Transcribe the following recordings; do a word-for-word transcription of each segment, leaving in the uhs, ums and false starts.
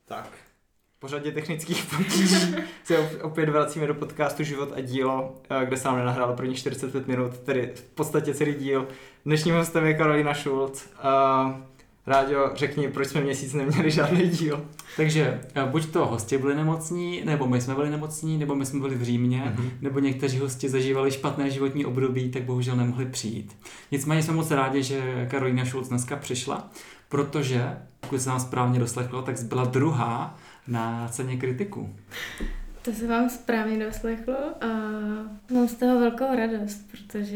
Tak, po řadě technických potíží se opět vracíme do podcastu Život a dílo, kde se nám nenahrálo první čtyřicet pět minut, tedy v podstatě celý díl. Dnešním hostem je Karolína Šulc. Ráďo, řekni, proč jsme měsíc neměli žádný díl. Takže buď to hosti byli nemocní, nebo my jsme byli nemocní, nebo my jsme byli v Římě, mm-hmm. nebo někteří hosti zažívali špatné životní období, tak bohužel nemohli přijít. Nicméně jsme moc rádi, že Karolína Šulc dneska přišla, protože, pokud se nám správně doslechlo, tak byla druhá na ceně kritiků. To se vám správně doslechlo a mám z toho velkou radost, protože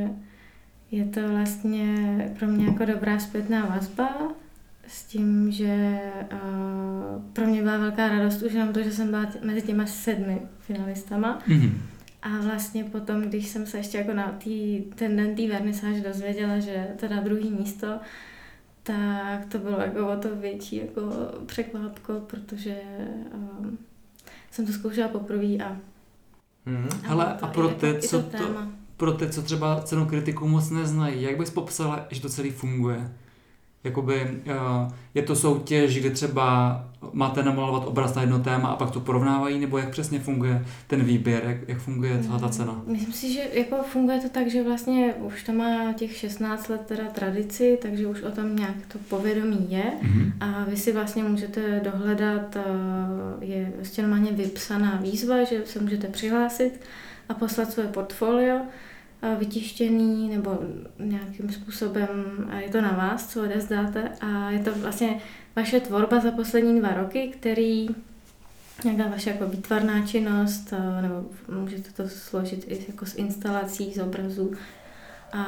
je to vlastně pro mě jako dobrá zpětná vazba s tím, že uh, pro mě byla velká radost už jenom to, že jsem byla tě, mezi těma sedmi finalistama. Mm-hmm. A vlastně potom, když jsem se ještě jako na tý, ten den té vernisáže dozvěděla, že teda druhý místo, tak to bylo jako o to větší jako překvapko, protože um, jsem to zkoušela poprvé a... Mm-hmm. Hele, a, a pro ty, co to... to pro ty, co třeba cenu kritiku moc neznají, jak bys popsala, že to celý funguje? Jakoby, je to soutěž, kde třeba máte namalovat obraz na jedno téma a pak to porovnávají, nebo jak přesně funguje ten výběr, jak, jak funguje celá ta cena? Myslím si, že jako funguje to tak, že vlastně už to má těch šestnáct let teda tradici, takže už o tom nějak to povědomí je mm-hmm. a vy si vlastně můžete dohledat, je vlastně normálně vypsaná výzva, že se můžete přihlásit a poslat své portfolio vytištěný nebo nějakým způsobem, a je to na vás, co odevzdáte, a je to vlastně vaše tvorba za poslední dva roky, který nějaká vaše jako výtvarná činnost, nebo můžete to složit i jako z instalací, z obrazů, a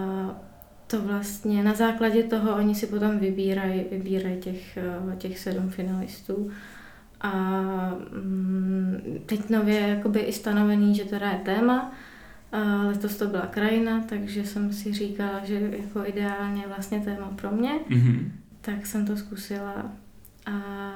to vlastně na základě toho oni si potom vybírají vybírají těch, těch sedm finalistů. A teď nově jakoby i stanovený, že teda je téma. A letos to byla krajina, takže jsem si říkala, že jako ideálně vlastně téma pro mě, mm-hmm. tak jsem to zkusila a...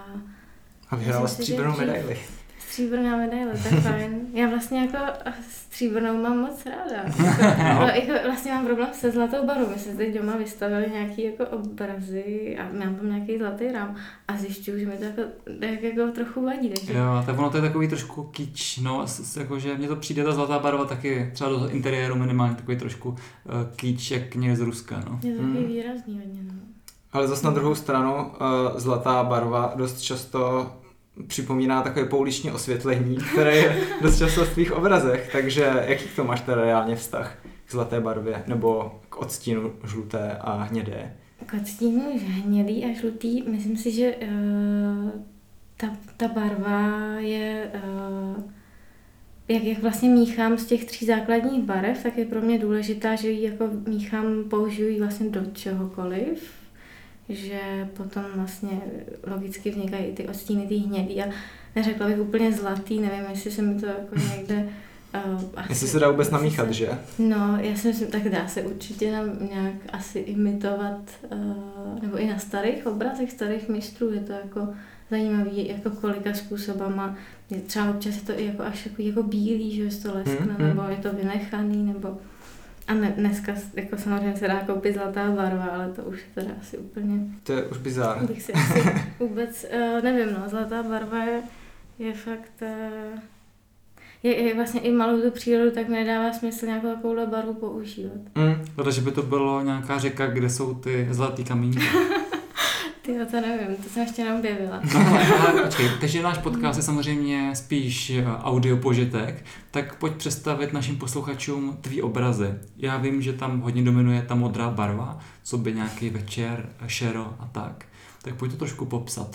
A vyhrála stříbrnou medaili. Stříbrná medaile, tak fajn. Já vlastně jako stříbrnou mám moc ráda. No. Jako vlastně mám problém se zlatou barvou. My jsme teď doma vystavili nějaký jako obrazy a mám tam nějaký zlatý rám a zjišťuju, že mi to jako, jako, jako trochu vadí. Takže... Jo, tak ono to je takový trošku kič, no, jakože mně to přijde ta zlatá barva taky třeba do interiéru minimálně takový trošku uh, kič, jak někde z Ruska, no. Je to takový hmm. výrazný hodně, no. Ale zase na druhou stranu uh, zlatá barva dost často připomíná takové pouliční osvětlení, které je dost často v tvých obrazech, takže jaký k tomu máš teda reálně vztah k zlaté barvě nebo k odstínu žluté a hnědé? K odstínu hnědý a žlutý, myslím si, že uh, ta, ta barva je, uh, jak, jak vlastně míchám z těch tří základních barev, tak je pro mě důležitá, že ji jako míchám, použiju ji vlastně do čehokoliv, že potom vlastně logicky vznikají i ty odstíny, ty hnědý a neřekla bych úplně zlatý, nevím, jestli se mi to jako někde... Uh, jestli se dá vůbec namíchat, se, že? No, já si myslím, tak dá se určitě nám nějak asi imitovat, uh, nebo i na starých obrazech, starých mistrů je to jako zajímavý, jako kolika způsobama, třeba občas je to i jako až jako, jako bílý, že je to leskne, hmm, nebo je to vynechaný, nebo... A ne, dneska jako samozřejmě se dá koupit zlatá barva, ale to už je teda asi úplně... To je už bizár. Bych si asi vůbec, uh, nevím, no, zlatá barva je, je fakt... Uh, je, je vlastně i malou tu přírodu, tak mi nedává smysl nějakou takovouhle barvu používat. Mm, protože by to bylo nějaká řeka, kde jsou ty zlatý kamínky. Tyjo, to nevím, to jsem ještě neobjevila. No, ale, ale počkej, takže náš podcast je samozřejmě spíš audio požitek, tak pojď představit našim posluchačům tvý obrazy. Já vím, že tam hodně dominuje ta modrá barva, co by nějaký večer, šero a tak. Tak pojď to trošku popsat.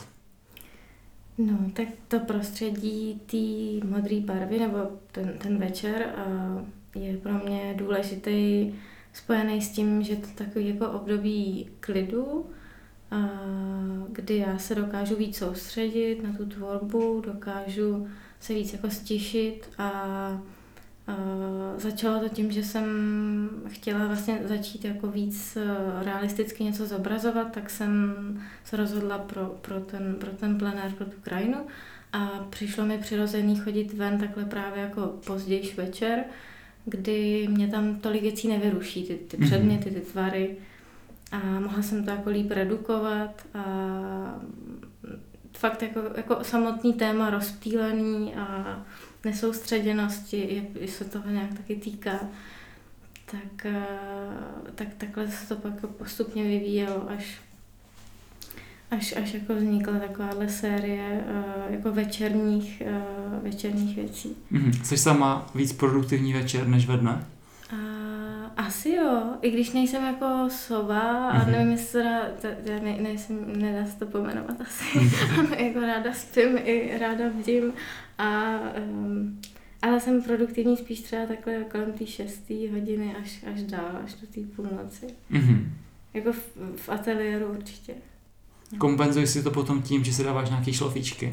No, tak to prostředí té modré barvy, nebo ten, ten večer je pro mě důležitý, spojený s tím, že to takový jako období klidu, kdy já se dokážu víc soustředit na tu tvorbu, dokážu se víc jako stišit a, a začalo to tím, že jsem chtěla vlastně začít jako víc realisticky něco zobrazovat, tak jsem se rozhodla pro, pro, ten, pro ten plenér, pro tu krajinu a přišlo mi přirozený chodit ven takhle právě jako pozdější večer, kdy mě tam tolik věcí nevyruší, ty, ty předměty, ty tvary. A mohla jsem to jako líp redukovat a fakt jako, jako samotný téma rozptýlený a nesoustředěnosti, jak se toho nějak taky týká, tak, tak takhle se to pak jako postupně vyvíjelo, až, až, až jako vznikla takováhle série jako večerních, večerních věcí. Mm, jsi sama víc produktivní večer než ve dne? A, asi jo, i když nejsem jako sova a mm-hmm. nevím, jestli teda, já ne, nejsem, nedá se to pomenovat asi, jako ráda spím i ráda bdím, a, um, ale jsem produktivní spíš třeba takhle kolem té šesté hodiny až, až dál, až do té půlnoci. Mm-hmm. Jako v, v ateliéru určitě. Kompenzuj si to potom tím, že si dáváš nějaký šlofíčky?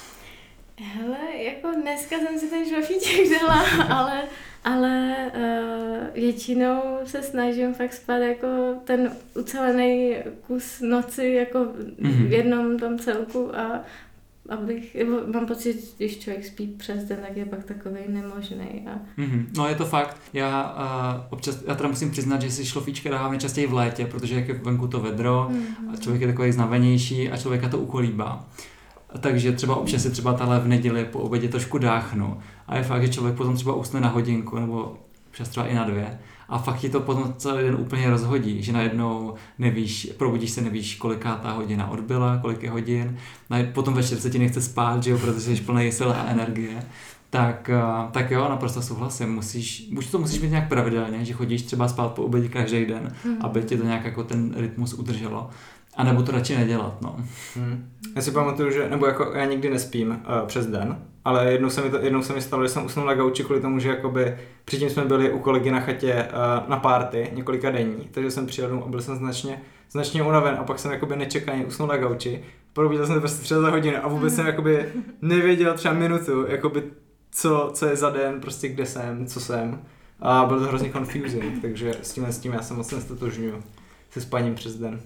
Hele, jako dneska jsem si ten šlofíček dala, ale, ale uh, většinou se snažím fakt spát jako ten ucelený kus noci jako mm-hmm. v jednom tom celku, a abych, mám pocit, když člověk spí přes den, tak je pak takovej nemožný. A... Mm-hmm. No je to fakt. Já uh, občas, já teda musím přiznat, že si šlofíčka dávám nejčastěji v létě, protože jak je venku to vedro mm-hmm. a člověk je takový znavenější a člověka to ukolíbá. Takže třeba občas si třeba tahle v neděli po obědě trošku dáchnu. A je fakt, že člověk potom třeba usne na hodinku nebo občas třeba i na dvě. A fakt ti to potom celý den úplně rozhodí, že najednou nevíš, probudíš se, nevíš, koliká ta hodina odbyla, kolik je hodin. Potom večer se ti nechce spát, že jo, protože jsi plný sil a energie. Tak, tak jo, naprosto souhlasím. Musíš, buď to musíš mít nějak pravidelně, že chodíš třeba spát po obědě každý den, mm. aby ti to nějak jako ten rytmus udrželo. A nebo to radši nedělat, no. Hmm. Já si pamatuju, že, nebo jako já nikdy nespím uh, přes den, ale jednou se mi to, jednou se mi stalo, že jsem usnul na gauči kvůli tomu, že jakoby předtím jsme byli u kolegy na chatě uh, na party několika denní, takže jsem přijel domů a byl jsem značně, značně unaven a pak jsem jakoby nečekaně usnul na gauči, probudil jsem to prostě třeba za hodinu a vůbec jsem jakoby nevěděl třeba minutu, jakoby co, co je za den, prostě kde jsem, co jsem, a byl to hrozně confusing, takže s tím, s tím já se moc nestotožňuju se spaním přes den.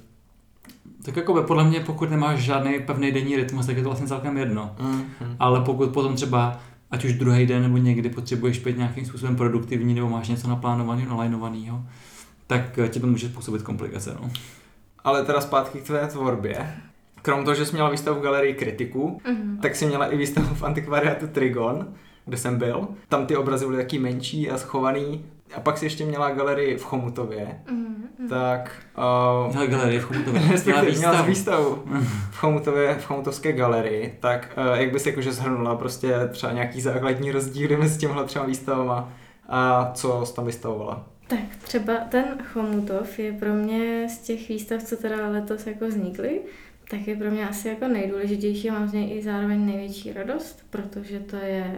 Tak jako podle mě, pokud nemáš žádný pevný denní rytmus, tak je to vlastně celkem jedno. Mm, mm. Ale pokud potom třeba, ať už druhý den nebo někdy potřebuješ být nějakým způsobem produktivní nebo máš něco naplánovaného, nalajnovaného, tak ti to může způsobit komplikace. No. Ale teda zpátky k tvé tvorbě. Krom toho, že jsi měla výstavu v galerii kritiků, mm. tak jsi měla i výstavu v antikvariátu Trigon, kde jsem byl. Tam ty obrazy byly taky menší a schovaný. A pak si ještě měla galerii v Chomutově, mm, mm. tak... Uh, měla galerii v Chomutově, měla výstavu. výstavu v Chomutově, v Chomutovské galerii, tak uh, jak bys jakože shrnula prostě třeba nějaký základní rozdíly mezi těmhle třema výstavama a co jsi tam vystavovala? Tak třeba ten Chomutov je pro mě z těch výstav, co teda letos jako vznikly, tak je pro mě asi jako nejdůležitější a mám z něj i zároveň největší radost, protože to je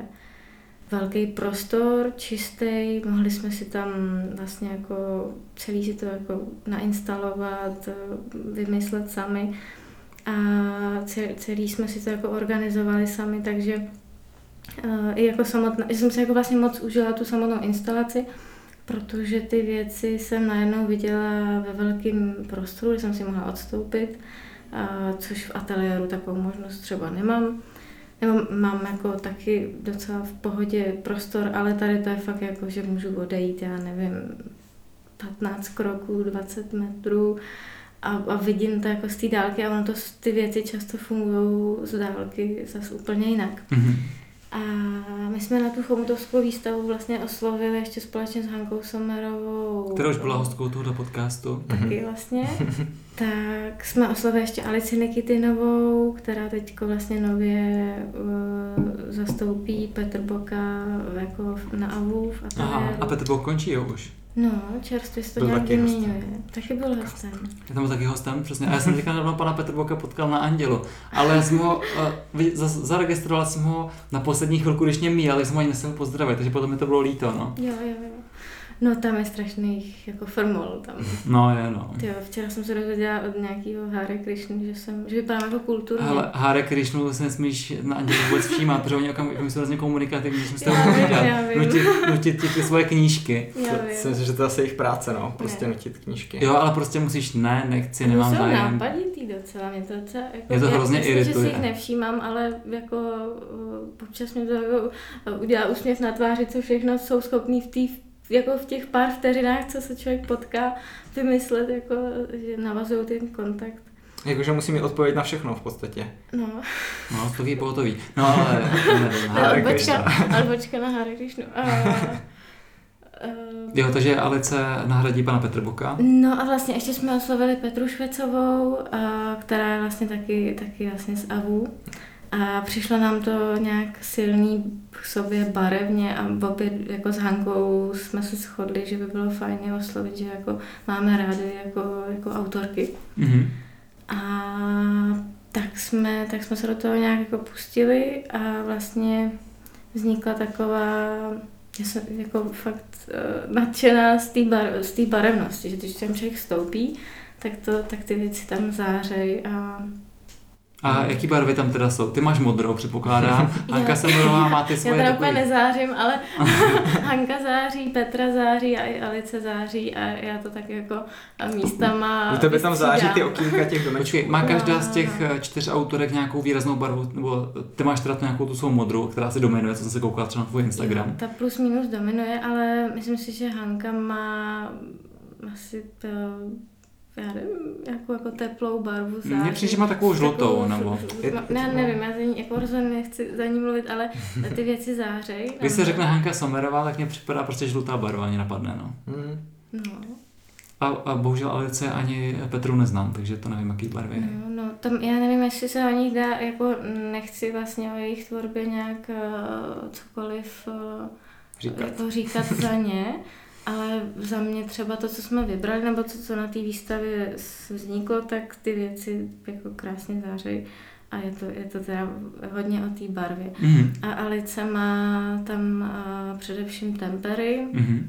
velký prostor, čistý, mohli jsme si tam vlastně jako celý si to jako nainstalovat, vymyslet sami a celý jsme si to jako organizovali sami, takže uh, i jako samotná, že jsem si jako vlastně moc užila tu samotnou instalaci, protože ty věci jsem najednou viděla ve velkém prostoru, kde jsem si mohla odstoupit, uh, což v ateliéru takovou možnost třeba nemám. Nebo mám jako taky docela v pohodě prostor, ale tady to je fakt jako, že můžu odejít, já nevím, patnáct kroků, dvacet metrů a, a vidím to jako z té dálky a ono to, ty věci často fungují z dálky zase úplně jinak. Mm-hmm. A my jsme na tu Chomutovskou výstavu vlastně oslovili ještě společně s Hankou Sommerovou. Která už byla hostkou tohoto podcastu. Taky vlastně. Tak jsme oslovili ještě Alici Nikitinovou, která teďko vlastně nově uh, zastoupí Petr Boka jako na AWU v ateliéru. Aha, a Petr Bok končí jo už? No, čerstvě se to nějak vyměňuje. Taky byl hostem. Já tam byl taky hostem, přesně. A já jsem teďka na pana Petr Boka potkal na Andělu. Ale já jsem ho, uh, zaregistroval jsem ho na poslední chvilku, když mě míjel, tak jsem ho ani nesel pozdravit, takže potom mi to bylo líto, no. Jo, jo, jo. No tam je strašných jako formol tam. No je, no. Tyjo, včera jsem se dozvěděla od nějakého Hare Krishny, že jsem, že vypadám jako kulturně. Ale Hare Krishnu se nesmíš na Andělu vůbec všímat, protože oni okamžitě jsou hrozně komunikativní, že jsme s tebou povídat, nutit, nutit ti ty svoje knížky. Myslím si, že to je asi jejich práce, no, prostě ne. nutit knížky. Jo, ale prostě musíš, ne, nechci, nemám zájem. Jsou nápaditý docela, mě to docela, jako, mě to hrozně myslím, irituje. že si jich nevšímám, ale jako občas mě to jako, udělá úsměv na tváři, co všechno jsou schopní v té jako v těch pár vteřinách, co se člověk potká, vymyslet, jako, že navazují ten kontakt. Jakože musí mít odpověď na všechno v podstatě. No. No, to ví, pohotový. No, ale... Albočka na Hare Krishnu. Uh, jo, takže Alice nahradí pana Petrboka. No a vlastně ještě jsme oslovili Petru Švecovou, uh, která je vlastně taky, taky vlastně z A V U. A přišlo nám to nějak silný k sobě barevně a opět jako s Hankou jsme se shodli, že by bylo fajn je oslovit, že jako máme rádi jako, jako autorky. Mm-hmm. A tak jsme, tak jsme se do toho nějak jako pustili a vlastně vznikla taková, já jsem jako fakt uh, nadšená z té bar, z té barevnosti, že když tam člověk vstoupí, tak, to, tak ty věci tam zářejí a A jaký barvy tam teda jsou? Ty máš modrou, předpokládám. Hanka Semmerová má ty svoje. Já teda úplně nezářím, ale Hanka září, Petra září a i Alice září a já to tak jako místama. U tebe tam září ty okýnka těch domečků. Počkej, má každá z těch čtyř autorek nějakou výraznou barvu, nebo ty máš teda nějakou tu svou modrou, která se dominuje, co jsem se koukala třeba na tvůj Instagram. Jo, ta plus minus dominuje, ale myslím si, že Hanka má asi to, já nevím, jako, jako teplou barvu září. Mně přijde, že má takovou žlutou, takovou, nebo... Ne, nevím, já za ní, jako rozhodně nechci za ní mluvit, ale ty věci zářej. Když se řekne Hanka Sommerová, tak mě připadá prostě žlutá barva, ani napadne, no. Mm. No. A, a bohužel Alice ani Petru neznám, takže to nevím, jaký barvy je. No, no, tam já nevím, jestli se o nich dá, jako nechci vlastně o jejich tvorbě nějak uh, cokoliv uh, říkat. Jako říkat za ně. Ale za mě třeba to, co jsme vybrali, nebo to, co na té výstavě vzniklo, tak ty věci jako krásně zářejí. A je to, je to teda hodně o té barvě. Mm-hmm. A Alice má tam uh, především tempery. Mm-hmm.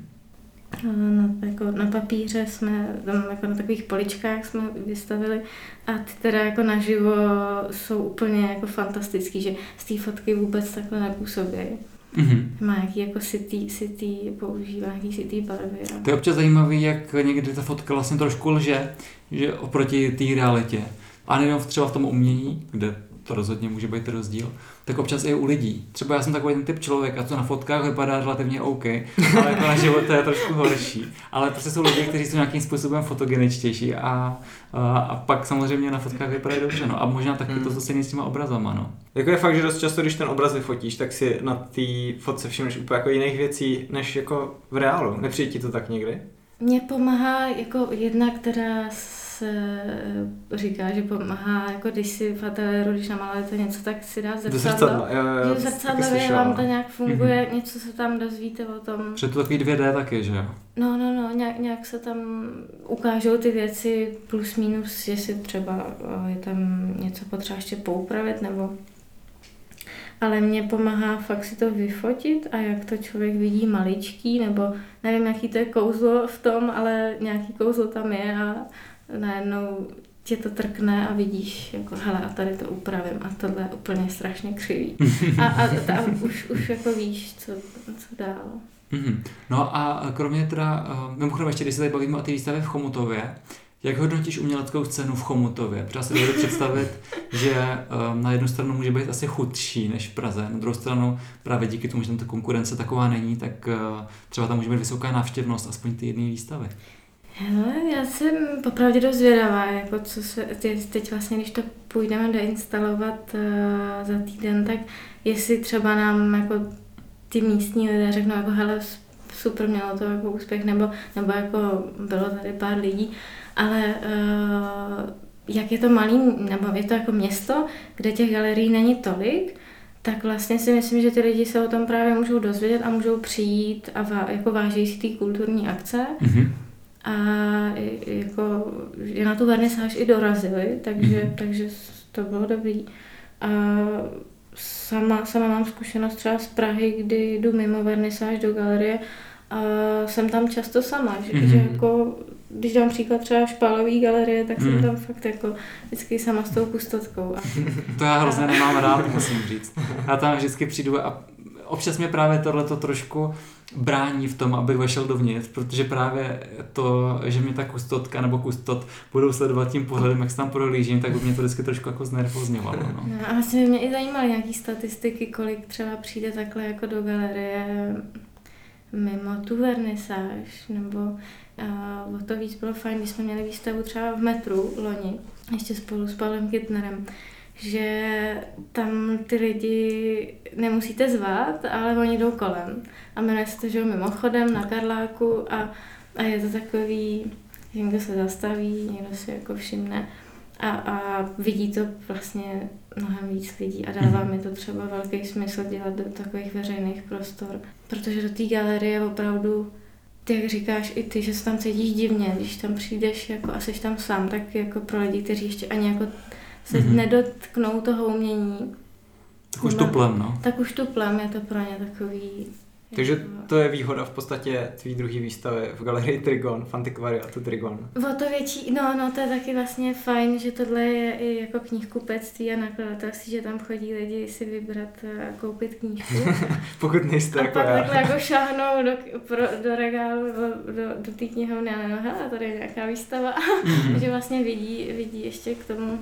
Na, jako na papíře jsme, tam jako na takových poličkách jsme vystavili a ty teda jako naživo jsou úplně jako fantastický, že z té fotky vůbec takhle nepůsobí. Mm-hmm. Má nějaký jako city, city, používá nějaký city barvy. A... To je občas zajímavý, jak někdy ta fotka vlastně trošku lže, že oproti té realitě. A nejenom třeba v tom umění, kde to rozhodně může být rozdíl, tak občas i u lidí. Třeba já jsem takový ten typ člověka, co na fotkách vypadá relativně OK, ale jako na životě je trošku horší. Ale prostě jsou lidi, kteří jsou nějakým způsobem fotogeničtější a, a, a pak samozřejmě na fotkách vypadají dobře. No. A možná taky to zase s těma obrazama. No. Jako je fakt, že dost často, když ten obraz vyfotíš, tak si na té fotce všimneš úplně jako jiných věcí, než jako v reálu. Nepřijde ti to tak někdy? Mně pomáhá jako jedna, která se říká, že pomáhá, jako když si v ateliéru, když namalujete něco, tak si dá zrcadlo. zrcadla, jo, jo, že zrcadlově vám to nějak funguje, mm-hmm. něco se tam dozvíte o tom. Že to takový dvě dé taky, že jo? No, no, no, nějak, nějak se tam ukážou ty věci plus minus, jestli třeba je tam něco potřeba ještě poupravit, nebo... Ale mě pomáhá fakt si to vyfotit a jak to člověk vidí maličký, nebo nevím, jaký to je kouzlo v tom, ale nějaký kouzlo tam je a najednou tě to trkne a vidíš, jako hele, a tady to upravím a tohle je úplně strašně křivý. A, a, a už, už jako víš, co, co dál. Mm-hmm. No a kromě teda, mimochodem ještě, když se tady bavíme o té výstavě v Chomutově, jak hodnotíš uměleckou scénu v Chomutově? Protože si dovedu představit, že um, na jednu stranu může být asi chudší než v Praze, na druhou stranu právě díky tomu, že tam ta konkurence taková není, tak uh, třeba tam může být vysoká návštěvnost aspoň ty jedné výstavy. Hele, já jsem popravdě dost zvědavá, jako co se teď vlastně, když to půjdeme deinstalovat uh, za týden, tak jestli třeba nám jako ty místní lidé řeknou, jako hele, super, mělo to jako úspěch, nebo, nebo jako bylo tady pár lidí, ale uh, jak je to malý, nebo je to jako město, kde těch galerií není tolik, tak vlastně si myslím, že ty lidi se o tom právě můžou dozvědět a můžou přijít a vá, jako váží si ty kulturní akce. Mm-hmm. A jako, že na tu vernisáž i dorazili, takže, mm-hmm. takže to bylo dobrý. A sama, sama mám zkušenost třeba z Prahy, kdy jdu mimo vernisáž do galerie a jsem tam často sama, že, mm-hmm. že jako, když dám příklad třeba Špálový galerie, tak jsem mm. tam fakt jako vždycky sama s tou pustotkou. A, to já hrozně nemám rád, musím říct. Já tam vždycky přijdu a občas mě právě tohleto trošku brání v tom, abych vešel dovnitř, protože právě to, že mě ta kustotka nebo kustot budou sledovat tím pohledem, jak se tam prohlížím, tak by mě to vždycky trošku jako znervozňovalo. No. No, a vlastně mě i zajímaly nějaký statistiky, kolik třeba přijde takhle jako do galerie mimo tu vernisáž, nebo uh, o to víc bylo fajn, když jsme měli výstavu třeba v metru loni, ještě spolu s Pavlem Kittnerem, že tam ty lidi nemusíte zvát, ale oni jdou kolem. A jmenuje se to, že mimochodem na Karláku a, a je to takový, že někdo se zastaví, někdo si jako všimne a, a vidí to vlastně mnohem víc lidí a dává mi to třeba velký smysl dělat do takových veřejných prostor, protože do té galerie opravdu, ty jak říkáš i ty, že se tam cítíš divně, když tam přijdeš jako a seš tam sám, tak jako pro lidi, kteří ještě ani jako se mm-hmm. nedotknou toho umění. Tak už tuplem, no. Tak už tuplem je to pro ně takový... Takže to je výhoda v podstatě tvý druhý výstavy v galerii Trigon, v antikvariátu Trigon. O to větší, no, no, to je taky vlastně fajn, že tohle je i jako knihkupectví a nakladatelství, že tam chodí lidi si vybrat a koupit knížku. Pokud nejste a jako pak já. takhle jako šáhnou do, pro, do regálu, do, do, do té knihovny a no, hele, tady je nějaká výstava. Mm-hmm. že vlastně vidí, vidí ještě k tomu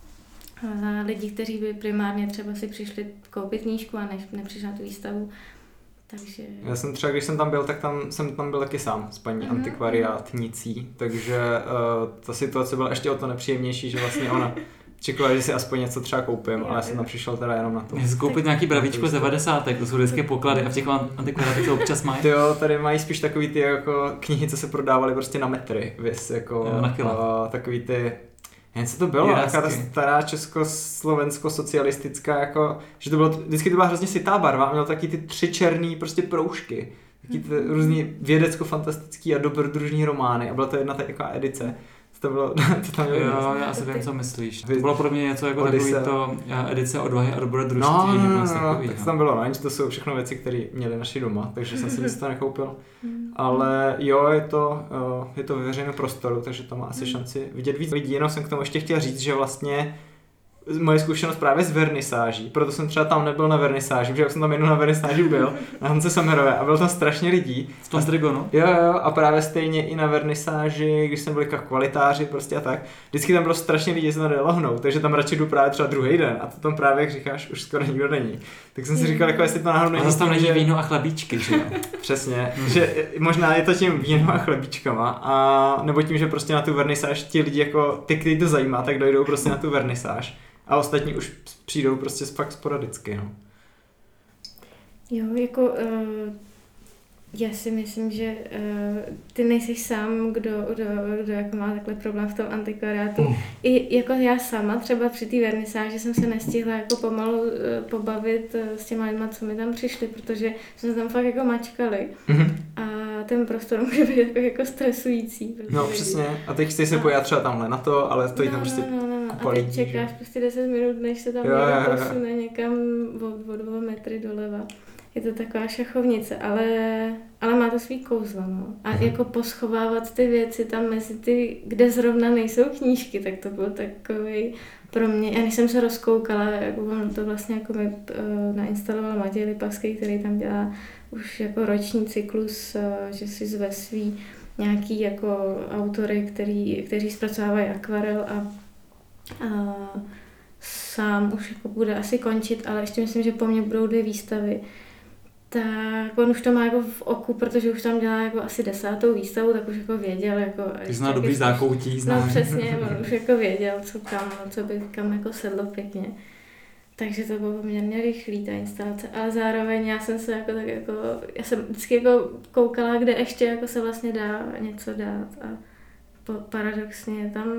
a lidi, kteří by primárně třeba si přišli koupit knížku a než nepřišli na tu výstavu. Takže... Já jsem třeba, když jsem tam byl, tak tam jsem tam byl taky sám s paní mm-hmm. antikvariátnicí, takže uh, ta situace byla ještě o to nepříjemnější, že vlastně ona čekala, že si aspoň něco třeba koupím, jo, ale já jsem tam přišel teda jenom na to. Můžeš koupit nějaký bravíčko z devadesátek, to jsou vždycky poklady a v těch antikvariátech to občas mají. Ty jo, tady mají spíš takový ty jako knihy, co se prodávaly prostě na metry, víš, jako jo, na kila. Uh, takový ty... Jen co to bylo, nějaká ta stará československo-socialistická, jako, že to bylo, vždycky to byla hrozně sytá barva, měl taky ty tři černý prostě proužky, taky ty různý vědecko-fantastický a dobrodružní romány a byla to jedna taková edice. To bylo, to tam jo, jo, já asi vím, co myslíš. To bylo pro mě něco jako takový to edice Odvahy a dobrodružství. No, no, no, no, no, tak to tam bylo, no, to jsou všechno věci, které měli naši doma, takže jsem si nic to nekoupil. Ale jo, je to, je to ve veřejném prostoru, takže to má asi šanci vidět víc lidí. Jenom jsem k tomu ještě chtěl říct, že vlastně moje zkušenost právě z vernisáží, proto jsem třeba tam nebyl na vernisáži, protože jak jsem tam jednou na vernisáži byl, na Hance Sommerové a bylo tam strašně lidí. V tom Trigonu? Jo, jo, a právě stejně i na vernisáži, když jsme byli jako kvalitáři prostě a tak, vždycky tam bylo strašně lidí, se tam nedalo hnout, takže tam radši jdu právě třeba druhý den a to tam právě, jak říkáš, už skoro nikdo není. Tak jsem si říkal, jako jestli to náhodou není. A zase tam není víno a chlebíčky, že jo? Přesně, že možná je to tím víno a chlebíčkama, a nebo tím, že prostě na tu vernisáž ti lidi jako, ty, kteří to zajímá, tak dojdou prostě na tu vernisáž. A ostatní už přijdou prostě fakt sporadicky, no. Jo, jako uh, já si myslím, že uh, ty nejsi sám, kdo, kdo, kdo jako má takhle problém v tom antikvariátu. Mm. I jako já sama třeba při té vernisáži jsem se nestihla jako pomalu uh, pobavit uh, s těma lidma, co mi tam přišli, protože jsme se tam fakt jako mačkali. Mm-hmm. A ten prostor může být jako, jako stresující. No přesně, a teď chci se pojít třeba tamhle na to, ale stojí no, tam prostě no, no, no. kupa A teď lidí, čekáš že? prostě deset minut, než se tam jo, někdo posune někam o, o dva metry doleva. Je to taková šachovnice, ale, ale má to svý kouzlo, no. A hmm. jako poschovávat ty věci tam mezi ty, kde zrovna nejsou knížky, tak to byl takový pro mě, já než jsem se rozkoukala, jako on to vlastně jako mi uh, nainstaloval Matěj Lipavský, který tam dělá už jako roční cyklus, uh, že si zve svý nějaký jako autory, který, kteří zpracovávají akvarel a, a sám už jako bude asi končit, ale ještě myslím, že po mně budou dvě výstavy. Tak on už to má jako v oku, protože už tam dělá jako asi desátou výstavu, tak už jako věděl. Jako, Ty zná dobrý zákoutí, zná. No přesně, on už jako věděl, co kam, co by kam jako sedlo pěkně. Takže to bylo poměrně rychlý ta instalace, ale zároveň já jsem se jako tak jako, já jsem vždycky jako koukala, kde ještě jako se vlastně dá něco dát a po, paradoxně je tam,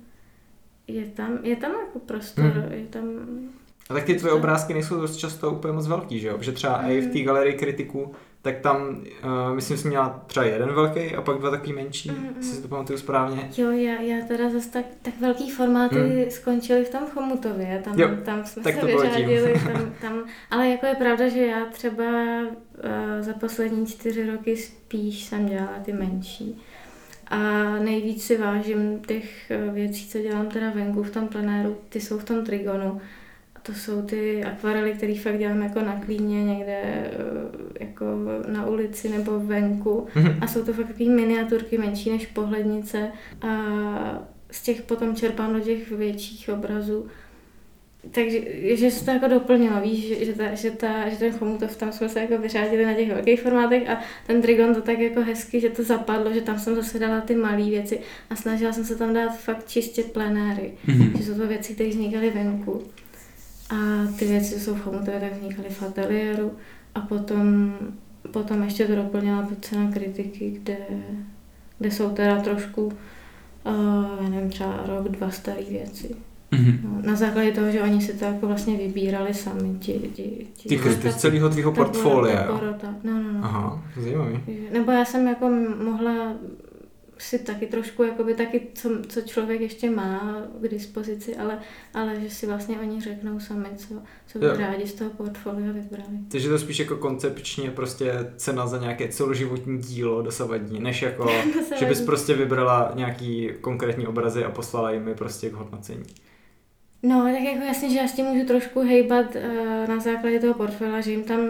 je tam, je tam jako prostor, hmm. je tam... A tak ty tvoje obrázky nejsou dost často úplně moc velký, že jo? Protože třeba mm. i v té galerii kritiků, tak tam, uh, myslím, že jsem měla třeba jeden velký a pak dva takový menší, mm. jestli si to pamatuju správně. Jo, já, já teda zase tak, tak velký formáty mm. skončily v tom Chomutově, tam, jo, tam jsme tak se vyřádili, tam, tam, ale jako je pravda, že já třeba uh, za poslední čtyři roky spíš jsem dělala ty menší. A nejvíc si vážím těch věcí, co dělám teda venku v tom plenéru, ty jsou v tom Trigonu. To jsou ty akvarely, které fakt dělám jako na klíně někde jako na ulici nebo venku. A jsou to fakt takové miniaturky menší než pohlednice. A z těch potom čerpám do těch větších obrazů. takže že se to jako doplnilo, víš, že, že, ta, že, ta, že ten Chomutov, tam jsme se jako vyřádili na těch velkých formátech a ten Trigon to tak jako hezky, že to zapadlo, že tam jsem zase dala ty malé věci a snažila jsem se tam dát fakt čistě plenéry, mm-hmm. že jsou to věci, které vznikaly venku a ty věci, co jsou v Chomutově, tak vznikaly v ateliéru a potom, potom ještě to doplnila ta cena kritiky, kde, kde jsou teda trošku, uh, já nevím, třeba rok, dva staré věci. Mm-hmm. No, na základě toho, že oni si to jako vlastně vybírali sami, ti, ti, ti Ty kritiky z celého tvýho portfolia, jo? No, no, no. Aha, zajímavý. Nebo já jsem jako mohla si taky trošku, jakoby taky, co, co člověk ještě má k dispozici, ale, ale že si vlastně oni řeknou sami, co, co by rádi z toho portfolia vybrali. Takže to spíš jako koncepčně prostě cena za nějaké celoživotní dílo dosavadní, než jako, dosavadní. Že bys prostě vybrala nějaký konkrétní obrazy a poslala jim je prostě k hodnocení. No, tak jako jasně, že já s tím můžu trošku hejbat uh, na základě toho portfolia, že jim tam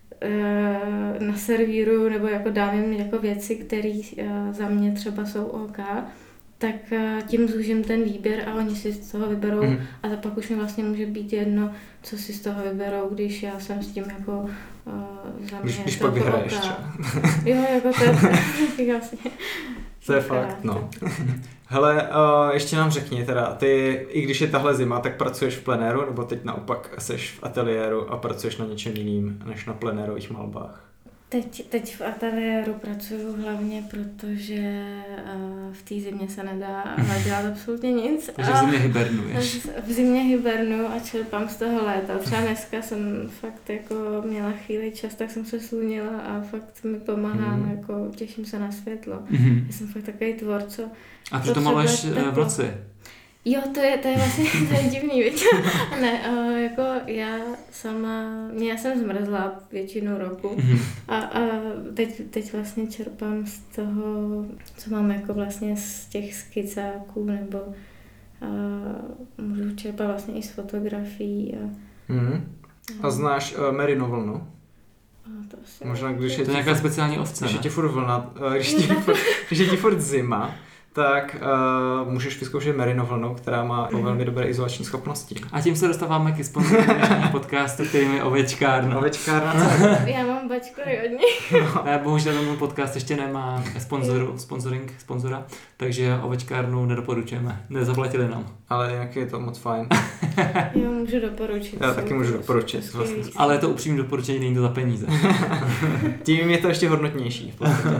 uh, naservíru nebo jako dám jim jako věci, které uh, za mě třeba jsou OK, tak uh, tím zúžím ten výběr a oni si z toho vyberou mm. a pak už mi vlastně může být jedno, co si z toho vyberou, když já jsem s tím jako uh, za mě Když, když pak vyhraješ OK. třeba. Jo, jako to je vlastně. To je fakt, no. Hele, uh, ještě nám řekni teda, ty, i když je tahle zima, tak pracuješ v plenéru, nebo teď naopak seš v ateliéru a pracuješ na něčem jiným, než na plenérových malbách? Teď, teď v ateliéru pracuju hlavně, protože uh, v té zimě se nedá dělat absolutně nic. Takže v zimě hibernuješ. V zimě hibernu a čerpám z toho léta. Třeba dneska jsem fakt jako měla chvíli čas, tak jsem se slunila a fakt mi pomáhá, mm. jako těším se na světlo. Mm. Já jsem fakt takový tvor, co... A přitom maluješ v noci. Jo, to je, to je vlastně to je divný, víc. Ne, uh, jako já sama, já jsem zmrzla většinu roku a, a teď, teď vlastně čerpám z toho, co mám jako vlastně z těch skicáků, nebo uh, můžu čerpat vlastně i z fotografií. A, mm. a znáš uh, Merino vlnu? A to asi možná, když je to je nějaká speciální ovce, když je ti furt vlna, uh, když, ti furt, když je ti furt zima, tak uh, můžeš vyzkoušet Merino vlnu, která má mm. velmi dobré izolační schopnosti. A tím se dostáváme k sponzoru dnešního podcastu, kterým je Ovečkárna. Ovečkárna. Já mám bačkory od nich. No. Bohužel ten podcast ještě nemá sponzoru, sponsoring, sponzora, takže Ovečkárnu nedoporučujeme. Nezaplatili nám. Ale jak je to moc fajn. Jo, můžu doporučit. Já taky můžu doporučit. Vlastně. Ale je to upřímné doporučení, není to za peníze. Tím je to ještě hodnotnější.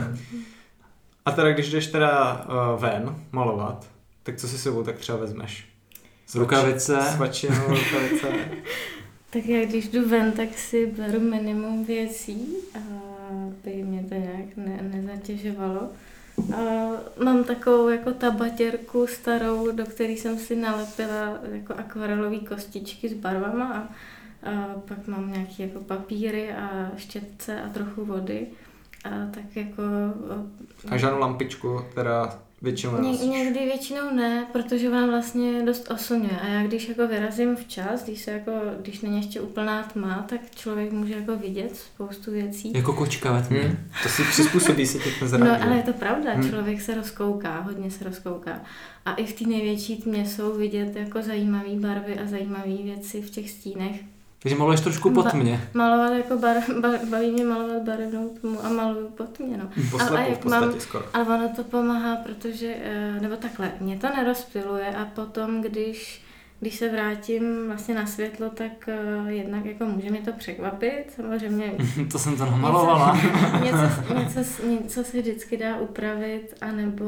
A teda když jdeš teda uh, ven malovat, tak co si sebou tak třeba vezmeš? Rukavice. Svačinu, rukavice. Tak já když jdu ven, tak si beru minimum věcí, aby mě to nějak ne, nezatěžovalo. A mám takovou jako tabatěrku starou, do které jsem si nalepila jako akvarelové kostičky s barvama a, a pak mám nějaké jako papíry a štětce a trochu vody. A tak jako... A žádnou lampičku, teda většinou nenosíš? Ně, někdy většinou ne, protože vám vlastně dost oslňuje. A já když jako vyrazím včas, když se jako, když není ještě úplná tma, tak člověk může jako vidět spoustu věcí. Jako kočka ve tmě. Hmm. To si přizpůsobí se ti ten zrak. No ale je to pravda, hmm. člověk se rozkouká, hodně se rozkouká. A i v té největší tmě jsou vidět jako zajímavé barvy a zajímavé věci v těch stínech. Takže maluješ trošku pod mě. Ba- malovat jako bar, bar, baví mě malovat barevnou tmu a maluju pod mě, no. Poslepu ale v podstatě mám, skoro. ale ono to pomáhá, protože, nebo takhle, mě to nerozptiluje a potom, když, když se vrátím vlastně na světlo, tak jednak jako může mě to překvapit, samozřejmě. To jsem to namalovala. Něco, něco, něco, něco se vždycky dá upravit, anebo...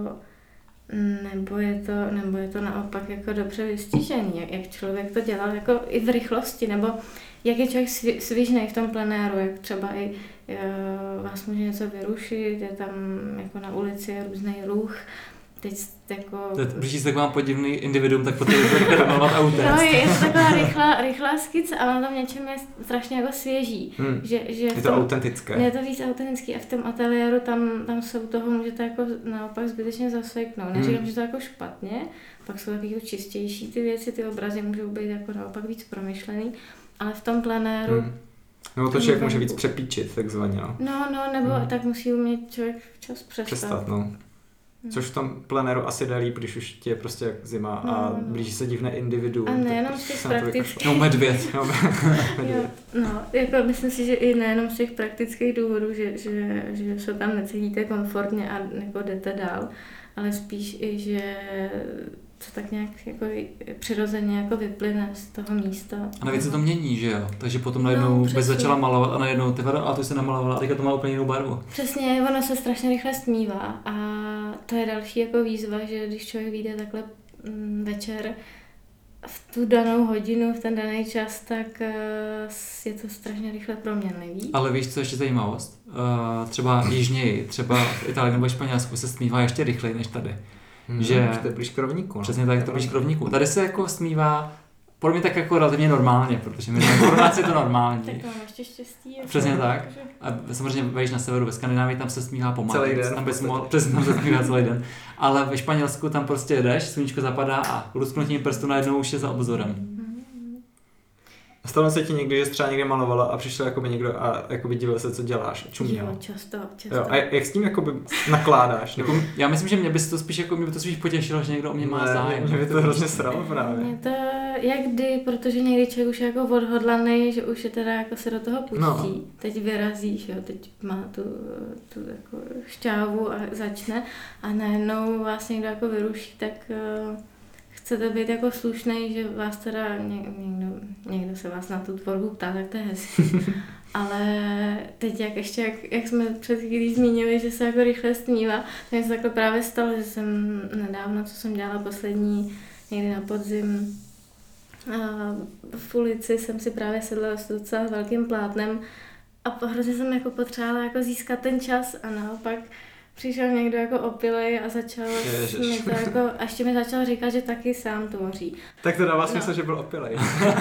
Nebo je, to, nebo je to naopak jako dobře vystižený, jak, jak člověk to dělal jako i v rychlosti, nebo jak je člověk svižnej v tom plenéru, jak třeba i uh, vás může něco vyrušit, je tam jako na ulici různý ruch, teď jako... Když jsi taková podivný individuum, tak potom je to malovat autem. No, je, je to taková rychlá, rychlá skice, ale on tam něčem je strašně jako svěží. Hmm. Že, že je to tom, autentické. Je to víc autentický a v tom ateliéru tam, tam se u toho můžete jako naopak zbytečně zaseknout. Neříkám, hmm. že to jako špatně, pak jsou takový čistější ty věci, ty obrazy můžou být jako naopak víc promyšlený, ale v tom plenéru... Hmm. Nebo to člověk může víc přepíčit, takzvaně, no. No, no, nebo hmm. tak musí umět člověk včas přestat. Přestat, no. Což v tom plenéru asi jde líp, když už ti je prostě jak zima no, a blíží se divné individuum. A nejenom prostě z těch se na to praktických. No medvěd. No, Jo, no, jako myslím si, že i nejenom z těch praktických důvodů, že, že, že se tam necítíte komfortně a jako jdete dál, ale spíš i, že to tak nějak jako přirozeně jako vyplyne z toho místa. A navíc se to mění, že jo? Takže potom najednou no, bys začala malovat a najednou ty a to se namalovala a teďka to má úplně jinou barvu. Přesně, ono se strašně rychle stmívá a to je další jako výzva, že když člověk vyjde takhle mm, večer v tu danou hodinu, v ten daný čas, tak uh, je to strašně rychle proměnlivý. Ale víš, co ještě zajímavost? Uh, třeba jižněji, třeba v Itálii nebo Španělsku se stmívá ještě rychleji než tady. Hmm, že to je blíž k rovníku. No. Přesně tak, to blíž k rovníku. Tady se jako stmívá podle mě tak jako relativně normálně, protože my pro nás je to normální. Tak to mám ještě štěstí. Jako Přesně tak. A samozřejmě vejš na severu, ve Skandinávii tam se stmívá pomalu. Celý den. Tam bys mohl, přesně tam se stmívá celý den. Ale ve Španělsku tam prostě jedeš, sluníčko zapadá a lusknutím prstu najednou už je za obzorem. Stalo se ti někdy, že jsi třeba někde malovala a přišel jakoby někdo a jakoby divil se, co děláš a čuměl? Jo, často, často. Jo, a jak s tím jakoby nakládáš? Jako, já myslím, že mě by to spíš, jako, mě by to spíš potěšilo, že někdo o mě má ne, zájem. Mě by to hrozně sralo právě. Mě to jak kdy, protože někdy člověk už je jako odhodlaný, že už je teda jako se do toho pustí. No. Teď vyrazí, že jo, teď má tu, tu jako šťávu a začne a najednou vás někdo jako vyruší, tak uh, chcete být jako slušnej, že vás teda někdo, někdo se vás na tu tvorbu ptá, tak to je hezký. Ale teď jak ještě, jak, jak jsme před chvílí zmínili, že se jako rychle stmívá, tak se takhle právě stalo, že jsem nedávno, co jsem dělala poslední, někdy na podzim, v ulici jsem si právě sedla s docela velkým plátnem a hrozně jsem jako potřebovala jako získat ten čas a naopak přišel někdo jako opilej a začal mi to jako, a ještě mi začal říkat, že taky sám tvoří. Tak to dává no. smysl, že byl opilej.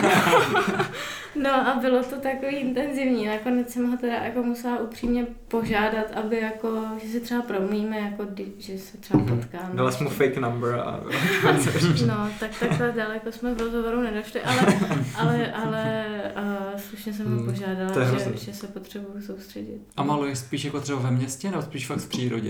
No a bylo to takový intenzivní. Nakonec jsem ho teda jako musela upřímně požádat, aby jako, že si třeba promluvíme, jako, že se třeba potkáme. Dala jsi mu fake number a... No, tak takhle daleko jsme v rozhovoru nedošli, ale, ale, ale uh, slušně jsem ho požádala, že, že se potřebuju soustředit. A maluješ spíš jako třeba ve městě, nebo spíš fakt v přírodě?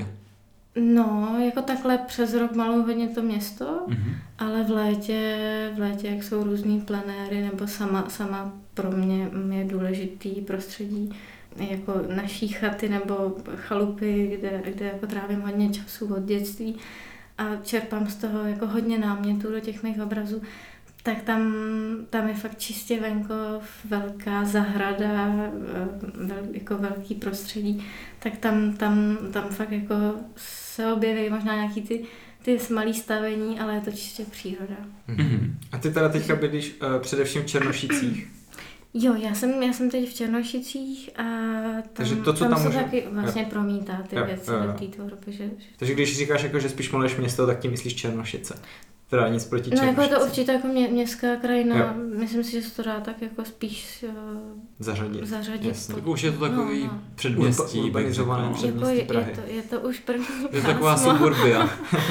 No, jako takhle přes rok maluju hodně to město, mm-hmm. ale v létě, v létě, jak jsou různý plenéry, nebo sama, sama pro mě je důležitý prostředí jako naší chaty nebo chalupy, kde, kde jako trávím hodně času od dětství a čerpám z toho jako hodně námětů do těch mých obrazů, tak tam, tam je fakt čistě venkov, velká zahrada, vel, jako velký prostředí, tak tam, tam, tam fakt jako se objeví možná nějaký ty, ty malý stavení, ale je to čistě příroda. Mm-hmm. A ty teda teďka bydlíš uh, především v Černošicích? Jo, já jsem, já jsem teď v Černošicích a tam, Takže to, co tam, tam se může... taky vlastně jo. promítá ty jo, věci jo, jo. do té tvorby. Že, že... Takže když říkáš, jako, že spíš maluješ město, tak tím myslíš Černošice. Teda nic proti No Černošice. jako je to určitě jako mě, městská krajina, jo. Myslím si, že se to dá tak jako spíš uh, zařadit. zařadit. Tak už je to takový no, no. předměstí. Urbanizované předměstí jako Prahy. Je to, je to už první Je to taková suburbia.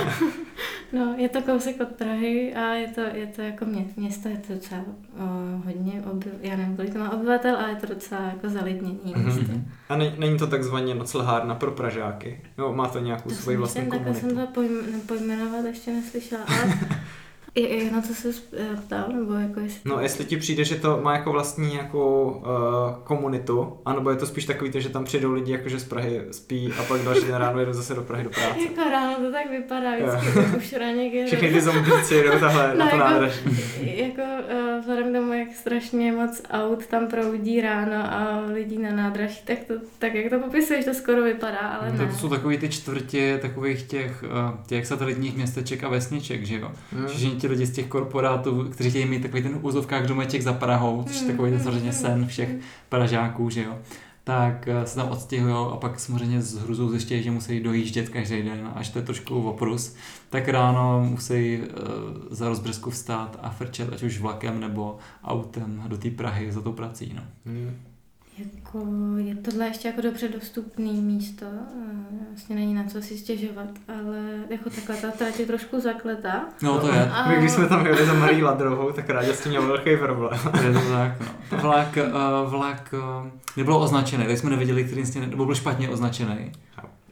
No, je to kousek od Prahy a je to, je to jako mě, město, je to docela uh, hodně, obyv, já nevím, kolik to má obyvatel, ale je to docela jako zalidněný mm-hmm. město. A ne, není to takzvaně noclehárna pro Pražáky? Jo, má to nějakou to svoji vlastní komunitu? To jsem to pojm, pojmenovat ještě neslyšela, ale je, je na to se ptal, nebo jako jestli... No, jestli ti přijde, že to má jako vlastní nějakou uh, komunitu, anebo je to spíš takový to, že tam přijdou lidi jakože z Prahy spí a pak další den ráno jedou zase do Prahy do práce. Jako ráno to tak vypadá, vždycky už raněk je... Všechny ty zombíci jedou tahle no, na to jako, nádraží. Jako uh, vzhledem k tomu, jak strašně moc aut tam proudí ráno a lidí na nádraží, tak, to, tak jak to popisuješ, to skoro vypadá, ale ne. To jsou takový ty čtvrtě takových těch, těch satelitních městeček a vesniček, že jo? Hmm. Všichni ti lidi z těch korporátů, kteří chtějí mít takový ten v úzovkách domeček za Prahou, což je takový ten samozřejmě sen všech Pražáků, že jo? Tak se tam odstěhujou a pak samozřejmě s hruzou zjištějí, že musí dojíždět každý den, až to je trošku oprus, tak ráno musí uh, za rozbřesku vstát a frčet, ať už vlakem nebo autem do té Prahy za tou prací, no. Hmm. Jako, je tohle ještě jako dobře dostupný místo, vlastně není na co si stěžovat, ale jako takhle ta trať je trošku zakletá. No to je. A... My když jsme tam jeli za Marí Ladrovou, tak rádi s tím měl velký problém. Je to tak, no. Vlak, uh, vlak uh, nebylo označený, tak jsme nevěděli, který z nebo byl špatně označený.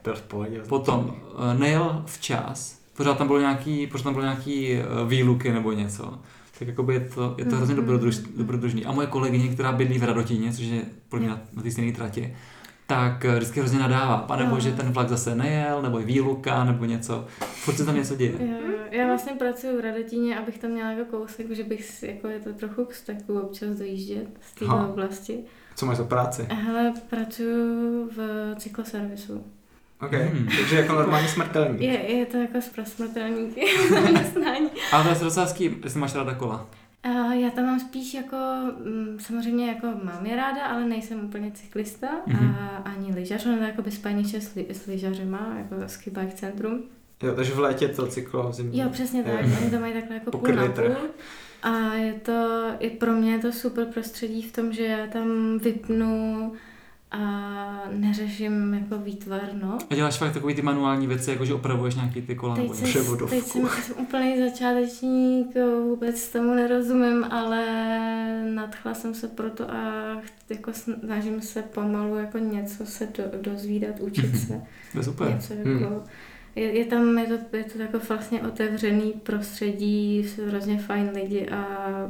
byl v pohodě. Potom uh, nejel včas, pořád tam bylo nějaký, pořád tam bylo nějaký uh, výluky nebo něco. Tak jakoby je to, je to hrozně dobrodruž, dobrodružný. A moje kolegyně, která bydlí v Radotíně, což je pro mě na, na té stejné trati, tak vždycky hrozně nadává. Pane bože, ten vlak zase nejel, nebo je výluka, nebo něco. Furt se tam něco děje. Já, já vlastně pracuji v Radotíně, abych tam měla jako kousek, že bych si, jako je to trochu k steku občas dojíždět z této oblasti. Co máš za práci? Hele, pracuji v cykloservisu. Ok, hmm. takže jako normální smrtelník. Je, je to jako pro smrtelníky zaměstnání. Ale to je docela hezký, jestli máš ráda kola. Uh, já tam mám spíš jako, m, samozřejmě jako mám je ráda, ale nejsem úplně cyklista mm-hmm. a ani lyžař, ono to jako by spajniče s, li, s lyžařima, jako ski bike centrum. Jo, takže v létě to cyklo, v zimě. Jo, přesně tak, oni to mají takhle jako půl na půl. A je to, i pro mě je to super prostředí v tom, že já tam vypnu a neřeším jako výtvar, no. A děláš fakt takový ty manuální věci, jako že opravuješ nějaký ty kola nebo převodovku. Teď jsem, jsem úplný začátečník, vůbec tomu nerozumím, ale nadchla jsem se proto a jako snažím se pomalu jako něco se do, dozvídat, učit se. To je super. Něco jako, hmm. je, je tam, je to, je to jako vlastně otevřený prostředí, jsou hrozně fajn lidi a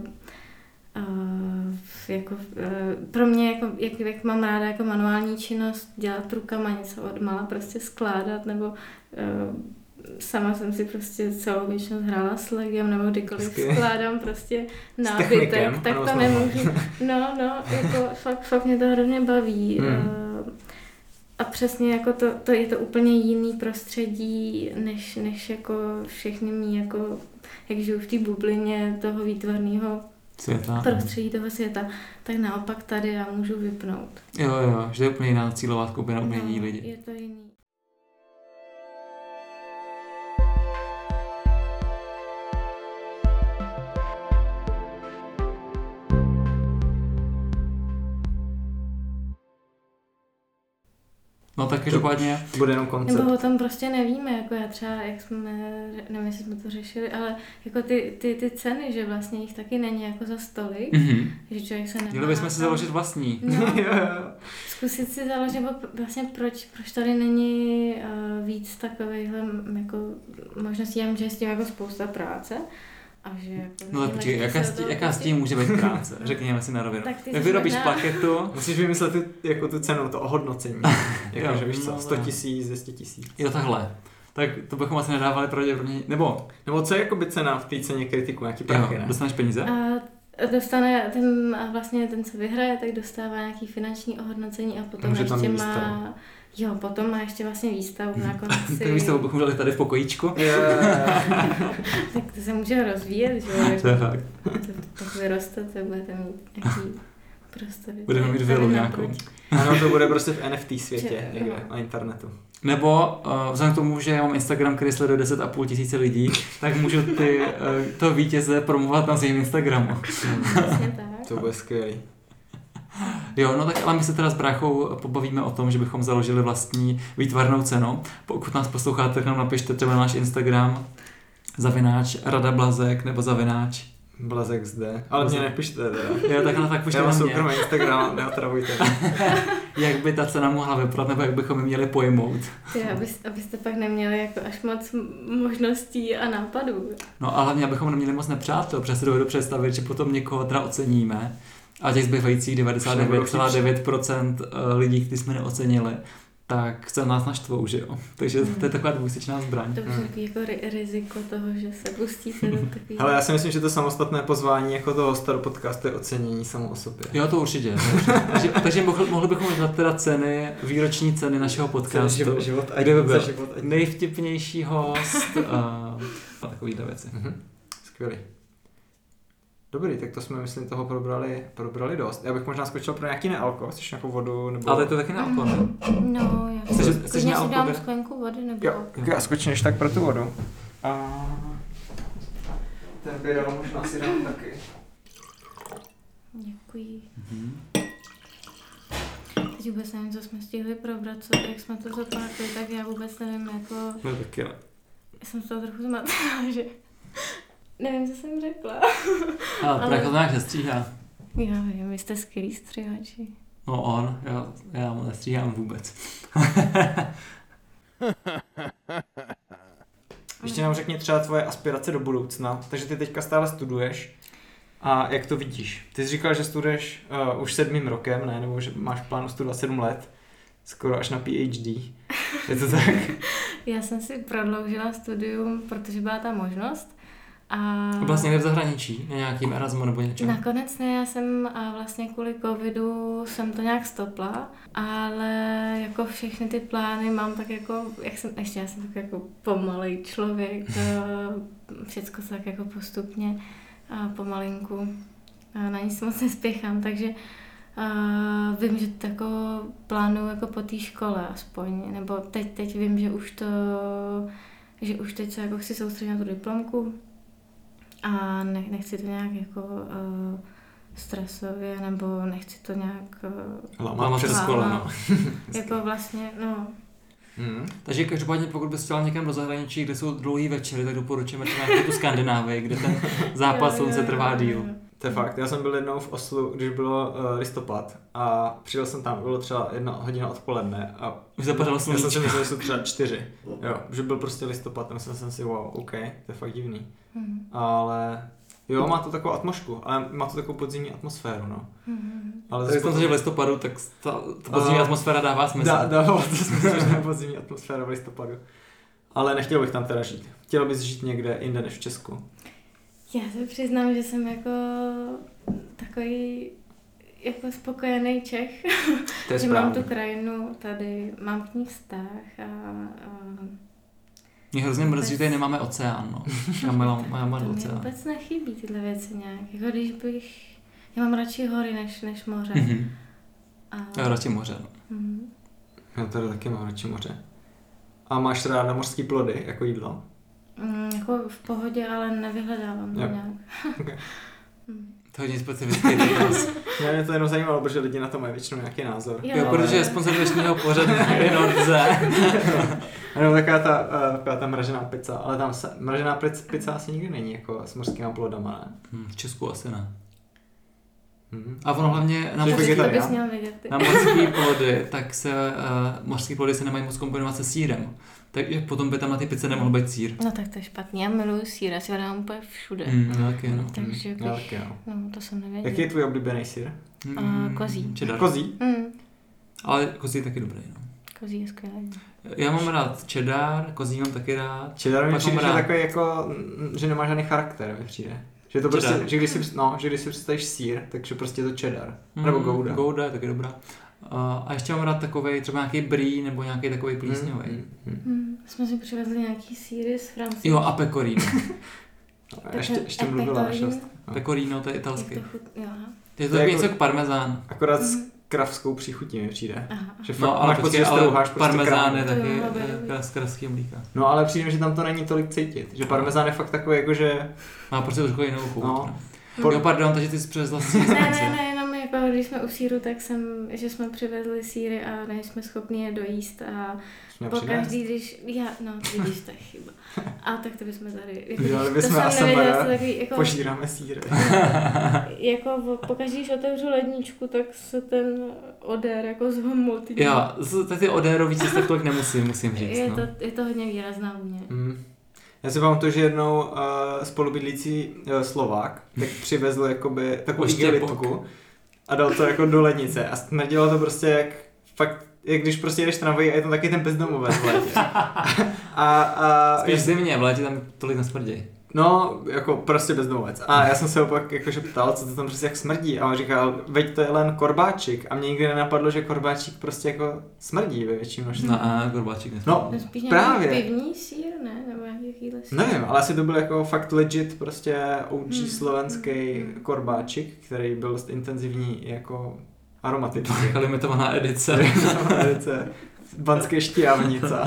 Uh, jako, uh, pro mě, jako, jak, jak mám ráda jako manuální činnost, dělat rukama něco od mala, prostě skládat, nebo uh, sama jsem si prostě celou většinou hrála s legem, nebo kdykoliv Hezky. Skládám prostě nábytek, tak to nemůžu. No, no, jako fakt, fakt mě to hrozně baví. Hmm. Uh, a přesně jako to, to je to úplně jiný prostředí, než, než jako všechny mý, jako, jak žiju v té bublině toho výtvarného světa. Prostředí toho světa, tak naopak tady já můžu vypnout. Jo, jo, že je úplně jiná cílová skupina, úplně no, jiní lidi. Je to jiný. No tak každopádně bude jenom koncept. Nebo o tom prostě nevíme, jako já třeba, jak jsme, nevím, jestli jsme to řešili, ale jako ty, ty, ty ceny, že vlastně jich taky není jako za stolik, mm-hmm. že člověk se nemá... Měli bychom si založit vlastní. No, zkusit si založit, nebo vlastně proč, proč tady není uh, víc takovýchhle jako možností, já vím, že je s tím jako spousta práce. A že jako no tak počkej, jaká, jaká s tím může být práce? Řekněme si na rovinu. Tak ty vyrobíš možná... plaketu. Musíš vymyslet tu, jako tu cenu, to ohodnocení. Jako, že víš co, sto tisíc, dvě stě tisíc. Jo, takhle. Tak to bychom asi nedávali pravděpodobně, nebo... Nebo co je jakoby cena v té ceně kritiku, nějaký prachy, ne? Dostaneš peníze? A dostane ten, a vlastně ten, co vyhraje, tak dostává nějaký finanční ohodnocení a potom a ještě má... Jo, potom má ještě vlastně výstavu na konci. Tak výstavu bychom dali tady v pokojíčku. Yeah. Tak to se může rozvíjet, že? To je fakt. To, to vyroste, to budete mít nějaký prostor. Budeme mít vilu nějakou. Ano, to bude prostě v N F T světě, někde na internetu. Nebo uh, vzhledem k tomu, že já mám Instagram, který sleduje deset a půl tisíce lidí, tak můžu ty, uh, toho vítěze promovat na svým Instagramu. Přesně tak. To bude skvělý. Jo, no tak ale my se teda s bráchou pobavíme o tom, že bychom založili vlastní výtvarnou cenu. Pokud nás posloucháte, tak nám napište třeba na náš Instagram zavináč Rada Blazek nebo zavináč Blazek zde, ale mě nepište teda. Jo, takhle tak pište na mě. Já mám soukromý Instagram, neotravujte. Jak by ta cena mohla vypadat, nebo jak bychom ji měli pojmout. Jo, abyste, abyste pak neměli jako až moc možností a nápadů. No a hlavně, abychom neměli moc nepřátel, protože si dovedu představit, že potom někoho teda oceníme. A těch zbývajících devadesát devět celá devět procent lidí, kteří jsme neocenili, tak se nás naštvou, že jo. Takže mm. to je taková dvoustyčná zbraň. To je mm. jako ri- riziko toho, že se pustíte do takových... Ale já si myslím, že to samostatné pozvání jako toho hosta do podcastu je ocenění samo o sobě. Jo, to určitě. takže takže mohli, mohli bychom dát teda ceny, výroční ceny našeho podcastu. Život, život, kde by byl život, nejvtipnější host a, a takovýhle věci. Mm-hmm. Skvělý. Dobrý, tak to jsme, myslím, toho probrali, probrali dost. Já bych možná skočil pro nějaký nealko, chceš nějakou vodu, nebo... Ale to je taky nealko, ne? No, já chceš, chceš si dám sklenku vody, nebo... Jo, já skočím tak pro tu vodu. A... ten běrel možná si dám taky. Děkuji. Mm-hmm. Teď vůbec nevím, co jsme stihli probrat, co, jak jsme to zapátili, tak já vůbec nevím, jako... No taky ne. Já jsem z toho trochu zmatená, že... Nevím, co jsem řekla. Ale, ale... to nějak nestříhá. Já vím, vy jste skvělý stříhači. No on, já, já mu nestříhám vůbec. Ještě nám řekni třeba tvoje aspirace do budoucna, takže ty teďka stále studuješ a jak to vidíš? Ty jsi říkal, že studuješ uh, už sedmým rokem, ne? Nebo že máš plán studovat sedm let, skoro až na P H D. Je to tak? Já jsem si prodloužila studium, protože byla ta možnost. A vlastně někde v zahraničí, na nějakým Erasmu nebo něčem? Nakonec ne, já jsem a vlastně kvůli covidu jsem to nějak stopla, ale jako všechny ty plány mám tak jako, jak jsem, ještě já jsem tak jako pomalej člověk, všecko tak jako postupně a pomalinku, a na nic moc nespěchám, takže a vím, že to jako plánuju jako po té škole aspoň, nebo teď, teď vím, že už to, že už teď se jako chci soustředit na tu diplomku, a ne, nechci to nějak jako uh, stresově, nebo nechci to nějak uh, lámat přes kolo, no. Jako vlastně, no. Hmm. Takže každopádně pokud bys chtěla někam do zahraničí, kde jsou dlouhý večery, tak doporučujeme třeba tu Skandinávii, kde ten západ slunce trvá díl. To je fakt, já jsem byl jednou v Oslu, když bylo uh, listopad a přijel jsem tam, bylo třeba jedna hodina odpoledne a už zapadalo sluníčko. Já jsem si myslel, že jsou třeba čtyři, jo, že byl prostě listopad, a myslel jsem si, wow, ok, to je fakt divný, hmm. ale jo, má to takovou atmosféru, ale má to takovou podzimní atmosféru, no. Hmm. Ale tak potom, že v listopadu, tak ta, ta podzimní uh, atmosféra dává smysl. Dá, dává to smysl, že je podzimní atmosféra v listopadu, ale nechtěl bych tam teda žít, chtěl bys žít někde jinde než v Česku. Já se přiznám, že jsem jako takový jako spokojený Čech, to je že správný. Mám tu krajinu tady, mám k ní vztah a... a mě hrozně mrzí, že tady nemáme oceán, no. Já mám, já mám to oceán. To mi vůbec nechybí tyhle věci nějak, jako když bych... Já mám radši hory než, než moře. Mm-hmm. A... Já radši moře, no. Mm-hmm. Já tady taky mám radši moře. A máš ráda mořský plody jako jídlo? Mm, jako v pohodě, ale nevyhledávám to yep. nějak. Okay. To je hodně specifický dotaz. Mě to jenom zajímalo, protože lidi na to mají většinou nějaký názor. Jo, jo ale... protože je sponzor dnešního pořadu je Nordze. Ano, taková ta, uh, taková ta mražená pizza, ale tam se, mražená pizza asi nikdy není jako s mořskýma plodama, ne? Hmm, v Česku asi ne. Hmm. A ono hlavně na mořský, na mořský plody, tak se uh, mořský plody se nemají moc kombinovat se sýrem. Takže potom by tam na ty pizze nemohl být sýr. No tak to je špatný, já miluju sýr, já si ho dám úplně všude. Mm, já taky, no. Takže bych, já taky, no. no to jsem nevěděla. Jaký je tvůj oblíbený sýr? Mm, uh, kozí. Cheddar. Kozí? Mm. Ale kozí je taky dobrý, no. Kozí je skvělý. Já mám rád cheddar, kozí mám taky rád. Cheddar mi přijde, že takový jako, že nemá žádný charakter, mi přijde. Že to prostě, že když si, no, že když si představíš sýr, takže prostě je to cheddar. Mm, nebo gouda. Gouda je taky dobrá. Uh, a ještě mám rád takovej, třeba nějaký brie nebo nějaký takový plísňový. Mm, mm, mm. Jsme si přivezli nějaký sýry z Francie. Jo, a pecorino. ještě ještě mluvila našlost. Pecorino, to je italský. Chut... Je to, to něco jako parmezán. Akorát mm. s kravskou příchutí mi přijde. Aha. Že fakt no, ale počkej, ale prostě parmezán je taky z kravského mlíka. No ale přijde, že tam to není tolik cítit. Že parmezán je fakt takový jako, že... Má prostě trošku jinou chuť. No. Por... Jo, pardon, takže ty jsi přivezla sýr. Ne, ne, ne, jenom jako když jsme u sýru, tak jsem, že jsme přivezli sýry a nejsme schopni je dojíst a po každý, když, já, no, vidíš, to je chyba. A tak to bychom tady, jako, jo, to jsem nevěděla, takový, jako, požíráme sýry. Jako po každý, když otevřu ledničku, tak se ten odér jako zhmotí. Jo, tak ty odérový cesty tolik nemusím, musím říct. Je, no. to, je to hodně výrazná vůně. Mm. Já si pamatuju, že jednou uh, spolubydlící uh, Slovák tak přivezl jakoby takovou igelitku a dal to jako do lednice a smrdilo to prostě jak fakt, jak když prostě jdeš tramvají a je tam taky ten bezdomovec v létě. a, a, Spíš zimně, v létě tam tolik nesmrděj. No, jako prostě bezdomovec. A já jsem se ho pak jakože ptal, co to tam prostě jak smrdí. A on říkal, veď to je len korbáčik. A mě nikdy nenapadlo, že korbáčik prostě jako smrdí ve větším množství. No a korbáčik nesmrdí. No, právě. Pivní sýr, ne? Nebo jakýhle sýr? Nevím, ale asi to byl jako fakt legit prostě O G hmm. slovenský hmm. korbáčik, který byl dost intenzivní jako aromatický. Limitovaná edice. Limitovaná edice. Banské šťávnica.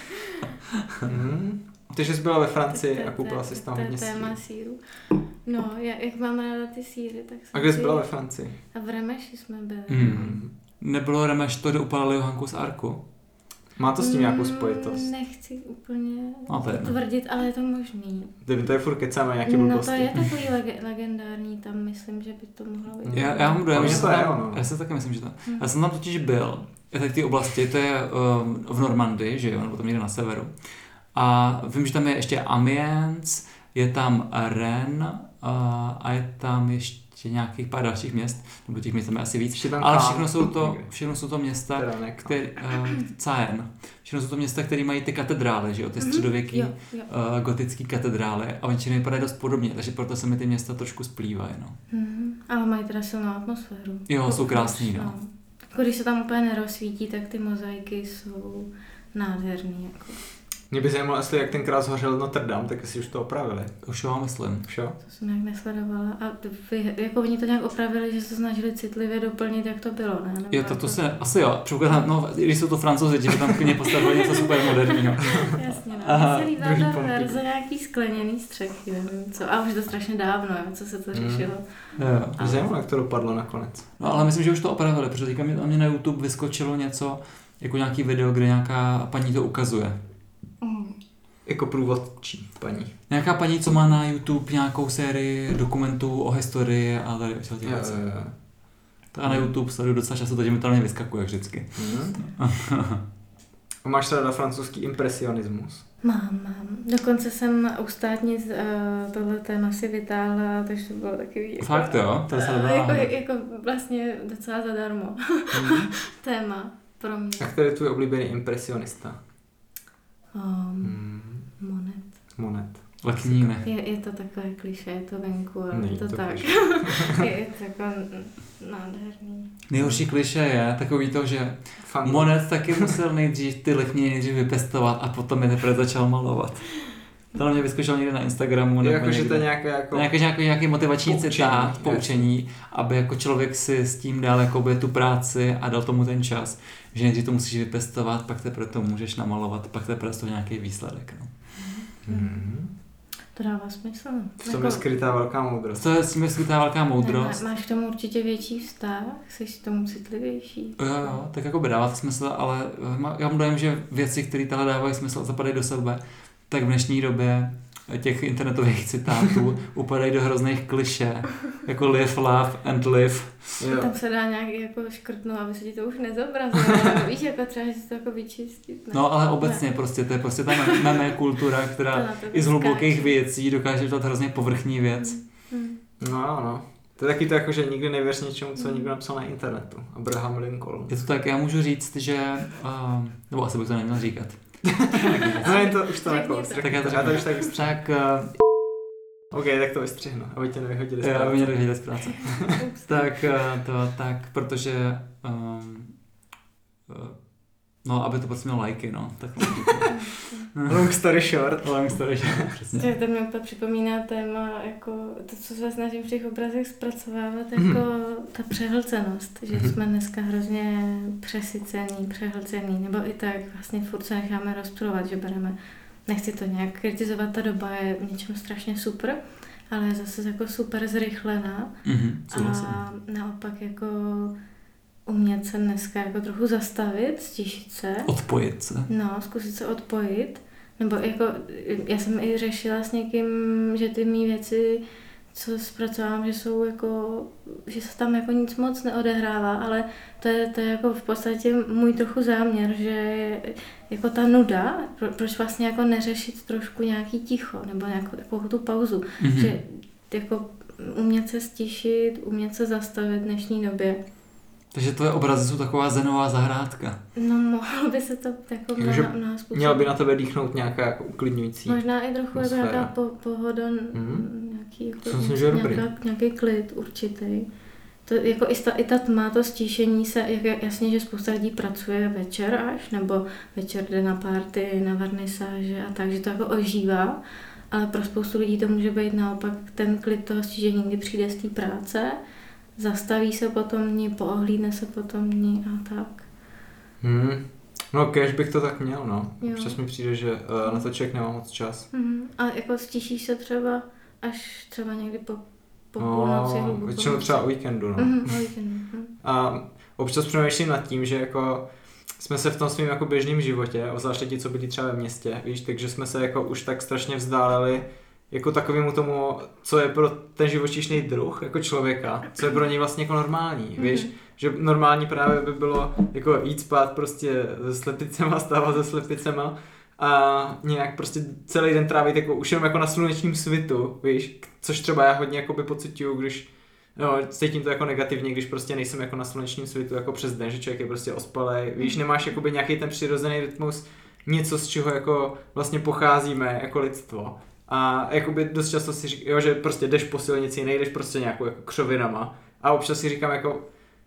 hmm. Takže jsi byla ve Francii a koupila jsi tam hodně sýrů. Téma sýru. No, já, jak mám ráda ty sýry, tak jsem A kde jsi si... byla ve Francii? A v Remeši jsme byli. Mm. Nebylo Remeš to, kde upálili Johanku z Arku? Má to s tím nějakou spojitost? Nechci úplně no, to tvrdit, ale je to možný. Kdyby to je furt kecáme nějaký blbosti. No to je takový leg- legendární, tam myslím, že by to mohlo být. Já, já mám dojem, že to je, tam, no. já si taky myslím, že to. Hmm. Já jsem tam totiž byl tady v té oblasti, to je uh, v Normandii, že jo, nebo tam někde na severu. A vím, že tam je ještě Amiens, je tam Rennes uh, a je tam ještě nějakých pár dalších měst, nebo těch měst tam je asi víc, ale všechno jsou to, všechno jsou to města, které, uh, Caen, všechno jsou to města, které mají ty katedrály, že jo, ty středověký mm-hmm, jo, jo. Uh, gotický katedrály a oni všechny vypadají dost podobně, takže proto se mi ty města trošku splývají, no. Mm-hmm, ale mají teda silnou atmosféru. Jo, jsou krásný, no. no. Když se tam úplně nerozsvítí, tak ty mozaiky jsou nádherný, jako. Mě by zajímalo, jestli jak tenkrát zhořel Notre Dame, tak jestli už to opravili. Už jo, myslím. Už jo? To jsem nějak nesledovala. A vy, jako oni to nějak opravili, že se snažili citlivě doplnit, jak to bylo, ne? Nebo jo, to, to se, asi jo. Předpokládám, no, když jsou to Francouzi, že tam klidně postavili něco super moderního. Jasně, no. Aha, mně se líbila ta verze nějaký skleněný střechy, nevím co. A už to strašně dávno, jo, co se to řešilo. Mm. Jo, mě zajímalo, jak to dopadlo nakonec. No, ale myslím, že už to opravili, protože teďka mě, mě na YouTube vyskočilo něco, jako nějaký video, kde nějaká paní to ukazuje. Mm. Jako průvodčí paní. Nějaká paní, co má na YouTube nějakou sérii dokumentů o historii a tady o těch věcí. To já na YouTube sleduju docela často, takže mi to mě vyskakuje vždycky. Mm. A máš ráda francouzský impresionismus? Mám, mám. Dokonce jsem u státnic uh, tohle téma si vytáhla, takže to bylo takový... Jako, fakt jo? To se uh, jako, jako vlastně docela zadarmo. Mm. Téma pro mě. A který je tvůj oblíbený impresionista? Um, hmm. Monet. Monet. Lekníny. Je, je to takové klišé, je to venku, ale je to, to tak. je, je to jako nádherný. Nejhorší klišé je takový to, že Fun. Monet taky musel nejdřív ty lekníny nejdřív vypestovat a potom je teprve začal malovat. To na mě vyzkoušel někde na Instagramu. Je jako, že to je nějaké jako... Nějaký, nějaký, nějaký motivační poučení, citát, poučení, aby jako člověk si s tím dal jakoby tu práci a dal tomu ten čas. Že nejdřív to musíš vypestovat, pak teprve to můžeš namalovat, pak teprve z toho nějaký výsledek. No. Mm-hmm. To dává smysl. V tom je skrytá velká moudrost. To je s tím je skrytá velká moudrost. Ne, máš k tomu určitě větší vztah, jsi k tomu citlivější. Jo, jo, tak jako by dává to smysl, ale já mám dojem, že věci, které tahle dávají smysl a zapadají do sebe, tak v dnešní době těch internetových citátů upadají do hrozných klišé, jako live, love and live. Jo. Tam se dá nějak jako škrtnout, aby se ti to už nezobrazilo, víš, jako třeba, že si to jako vyčistit. Ne? No ale obecně ne. prostě, to je prostě ta meme kultura, která i z hlubokých věcí dokáže dělat hrozně povrchní věc. Hmm. No, no. To je taky to jako, že nikdy nevěř něčemu, co někdo napsal na internetu. Abraham Lincoln. Je to tak, já můžu říct, že, uh, nebo asi bych to neměl říkat. No, to už to jako tak já to, já to už tak vystřihnu. Tak, uh, OK, tak to vystřihnu, aby tě nevyhodili z práce. Aby mě nevyhodili z práce. tak uh, to tak, protože um, uh, no, aby to prostě mělo lajky, no. Tak long story short. Long story short, přesně. To mě úplně připomíná téma, jako to, co se snažím v těch obrazech zpracovávat, jako ta přehlcenost, že mm-hmm. jsme dneska hrozně přesycení, přehlcený, nebo i tak vlastně furt se necháme rozptilovat, že bereme, nechci to nějak kritizovat, ta doba je v něčem strašně super, ale je zase jako super zrychlená mm-hmm, a naopak jako umět se dneska jako trochu zastavit, stišit se. Odpojit se. No, zkusit se odpojit. Nebo jako, já jsem i řešila s někým, že ty mý věci, co zpracovám, že jsou jako, že se tam jako nic moc neodehrává, ale to je, to je jako v podstatě můj trochu záměr, že jako ta nuda, pro, proč vlastně jako neřešit trošku nějaký ticho, nebo nějakou takovou tu pauzu, mm-hmm. že jako umět se stišit, umět se zastavit v dnešní době. Takže tvoje obrazy jsou taková zenová zahrádka. No, mohlo by se to jako mnoha, mnoha způsobů. Mělo by na tebe dýchnout nějaká jako uklidňující možná i trochu jako nějaká po, pohoda, mm. nějaký, jako, myslím, nějaká, nějaký klid určitý. To, jako i ta, i ta tma, to stíšení se, jak, jasně, že spousta lidí pracuje večer až, nebo večer jde na party, na vernisáže a tak, že to jako ožívá, ale pro spoustu lidí to může být naopak ten klid toho stížení, kdy přijde z té práce, zastaví se potom ní, poohlídne se potom ní a tak. Hmm. No, kéž bych to tak měl, no. Občas mi přijde, že uh, na to člověk nemá moc čas. Mm-hmm. A jako stišíš se třeba až třeba někdy po, po no, půlnoci, hluboko. Většinou třeba o víkendu, no. Mm-hmm, o víkendu. Mm. A občas přemýšlím nad tím, že jako jsme se v tom svým jako běžném životě, obzvláště ti, co byli třeba ve městě, víš, takže jsme se jako už tak strašně vzdáleli jako takovému tomu, co je pro ten živočišný druh jako člověka, co je pro něj vlastně jako normální, mm. víš, Že normální právě by bylo jako jít spát prostě se slepicema, stávat se slepicema a nějak prostě celý den trávit jako už jenom jako na slunečním svitu, víš, což třeba já hodně jakoby pociťuju, když no, cítím to jako negativně, když prostě nejsem jako na slunečním svitu jako přes den, že člověk je prostě ospalej, víš, nemáš jakoby nějaký ten přirozený rytmus, něco z čeho jako vlastně pocházíme jako lidstvo. A jakoby dost často si říkám, že prostě jdeš po silnici, nejdeš prostě nějakou jako křovinama a občas si říkám jako,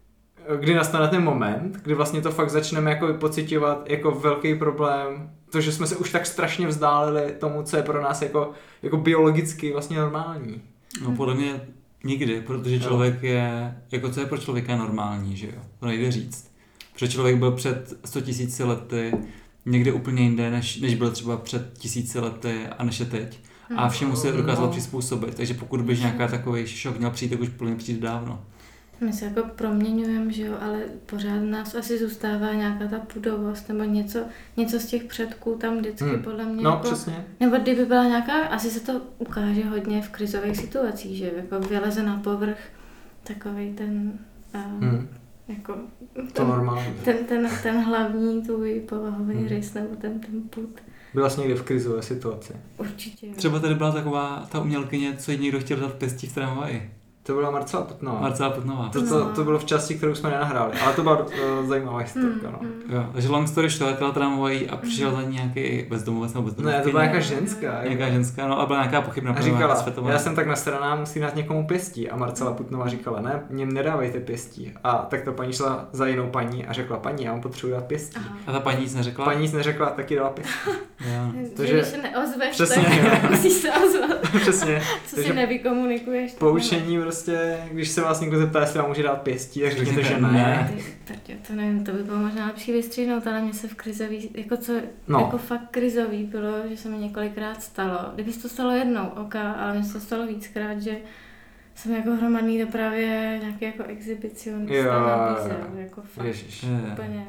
kdy nastane ten moment, kdy vlastně to fakt začneme jako pociťovat jako velký problém, to, že jsme se už tak strašně vzdálili tomu, co je pro nás jako, jako biologicky vlastně normální. No podle mě nikdy, protože člověk je, jako co je pro člověka normální, že jo, to nejde říct. Protože člověk byl před sto tisíci lety někde úplně jinde, než, než byl třeba před tisíci lety a než je teď. A všemu se dokázal přizpůsobit, takže pokud bys nějaká takový šok měl přijít, tak už plně přijít dávno. My se jako proměňujeme, že jo, ale pořád nás asi zůstává nějaká ta pudovost nebo něco, něco z těch předků tam vždycky hmm. podle mě. No, jako, přesně. Nebo kdyby byla nějaká, asi se to ukáže hodně v krizových situacích, že jako vyleze na povrch takovej ten, uh, hmm. jako ten, to normální. Ten, ten, ten hlavní tvůj povahový hmm. rys nebo ten, ten pud. Byla jsi někdy v krizové situaci? Určitě. Jo. Třeba tady byla taková ta umělkyně, co jí někdo chtěl dát pěstí v tramvaji. To byla Marcela Putnová. Marcela Putnová. To, to, to bylo v části, kterou jsme nenahráli, ale to byla uh, zajímavá historka, no. Jo, takže long story short, letěla tramvají a přišel za ní nějaký bezdomovec nebo bezdomovec. Ne, to byla nějaká ženská. Nějaká ženská, no a byla nějaká pochybná. A říkala, já jsem tak nasraná, musím dát někomu pěstí. A Marcela Putnová říkala, ne, mě nedávejte pěstí. A tak ta paní šla za jinou paní a řekla, paní, já vám potřebuji dát pěstí. Aha. A ta paní nic neřekla? Paní nic neřekla, taky dala pěstí. Takže když se neozveš, přesně, tak musíš se ozvat. Přesně. Co si nevykomunikuješ. Poučení prostě, když se vás někdo zeptá, jestli vám může dát pěstí, tak řekněte, že ne. ne. Ty, to nevím, to by bylo možná lepší vystřihnout, ale mě se v krizový, jako co, no. jako fakt krizový bylo, že se mi několikrát stalo. Kdyby se to stalo jednou, ok, ale mně se to stalo víckrát, že jsem jako hromadný dopravě nějaký jako exhibicionista nabízel, jako fakt Ježiš. úplně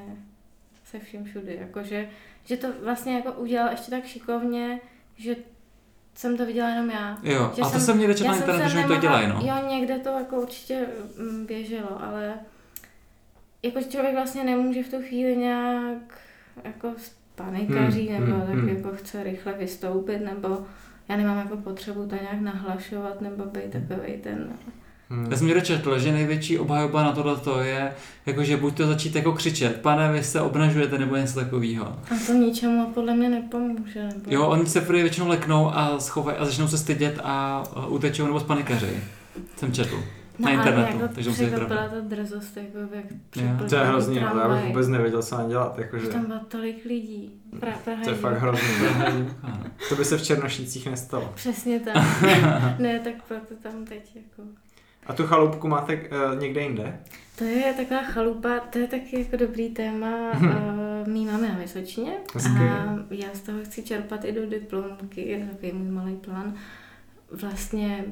se vším všudy, jakože, že to vlastně jako udělal ještě tak šikovně, že jsem to viděla jenom já. Jo, že a to jsem, jsem někde četla na internetu, že to dělají, no. Jo, někde to jako určitě běželo, ale jako člověk vlastně nemůže v tu chvíli nějak jako panikaří, hmm, nebo hmm, tak hmm. jako chce rychle vystoupit, nebo já nemám jako potřebu to nějak nahlašovat, nebo být takovej ten... Hmm. Já jsem někde četl, že největší obhajoba na tohleto je, jakože buď to začít jako křičet, pane, vy se obnažujete, nebo něco takového. A to ničemu podle mě nepomůže. Nebo... Jo, oni se prý většinou leknou a schovají a začnou se stydět a utečou nebo spanikařejí. Jsem četl. No, na internetu. Jako takže překvapila ta drzost, jako jak přeplnit. To je hrozný, no, já bych vůbec nevěděl, co mám dělat. Jakože... Tam bylo tolik lidí. Pra, to je fakt hrozný. To by se v Černošicích nestalo. Přesně tak. Ne, tak proto tam teď jako... A tu chalupku máte uh, někde jinde? To je taková chalupa, to je taky jako dobrý téma. uh, mý máme na Vysočině a já z toho chci čerpat i do diplomky, je takový můj malý plán. Vlastně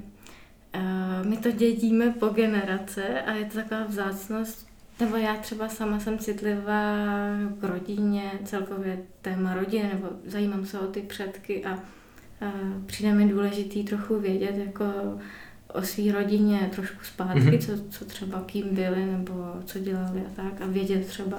uh, my to dědíme po generace a je to taková vzácnost, nebo já třeba sama jsem citlivá k rodině, celkově téma rodiny, nebo zajímám se o ty předky a uh, přijde mi důležitý trochu vědět, jako o své rodině trošku zpátky, mm-hmm. co, co třeba kým byli, nebo co dělali a tak, a vědět třeba,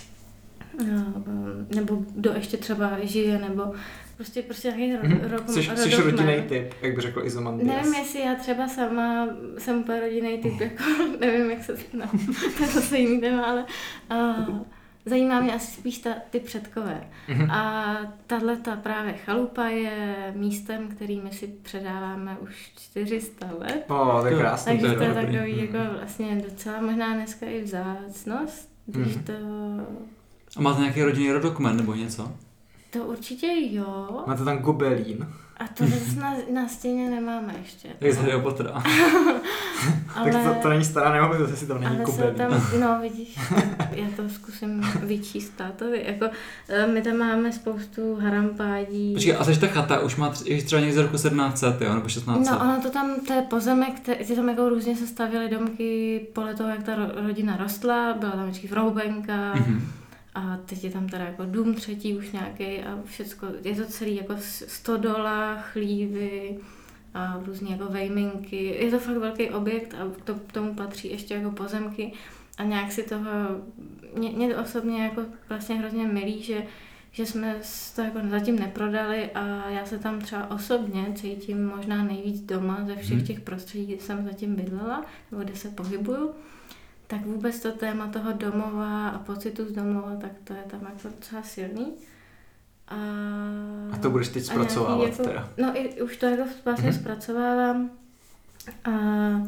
nebo kdo ještě třeba žije, nebo prostě, prostě nějaký mm-hmm. rok, Jsi, jsi rodinný typ, jak by řekl Izomandias. Nevím, jestli já třeba sama jsem úplně rodinný typ, jako nevím, jak se, no, to je zase jiný téma, ale uh, zajímá mě asi spíš ta, ty předkové. Mm-hmm. A tahleta právě chalupa je místem, který my si předáváme už čtyři sta let. O, tak krásný. Takže to je takový jako vlastně docela možná dneska i vzácnost, když mm-hmm. to... A máte nějaký rodinný rodokmen nebo něco? To určitě jo. Máte tam gobelín. A to zase na, na stěně nemáme ještě. Jak z Harryho Pottera. Ale... Tak to, to není stará nemovitost, jestli tam není gobelín. Tam, no vidíš, já to zkusím vyčíst tátovi. Jako, my tam máme spoustu harampádí. Počkej, a takže ta chata už má tři, třeba někdy z roku sedmnáct set, jo, nebo šestnáct set? No ono to tam, to je pozemek, ty tam jako různě se stavěly domky podle toho, jak ta rodina rostla, byla tam vždycky vroubenka. Mm-hmm. A teď je tam teda jako dům třetí už nějaký a všecko, je to celý jako stodola, chlívy a různý jako vejminky. Je to fakt velký objekt a to, k tomu patří ještě jako pozemky. a nějak si toho, mě, mě osobně jako vlastně hrozně milí, že, že jsme to jako zatím neprodali a já se tam třeba osobně cítím možná nejvíc doma ze všech těch prostředí, kde jsem zatím bydlela, nebo kde se pohybuju. Tak vůbec to téma toho domova a pocitu z domova, tak to je tam jako docela silný. A, a to budeš teď zpracovávat jako, teda? No i už to jako vlastně mm-hmm. zpracovávám. A, a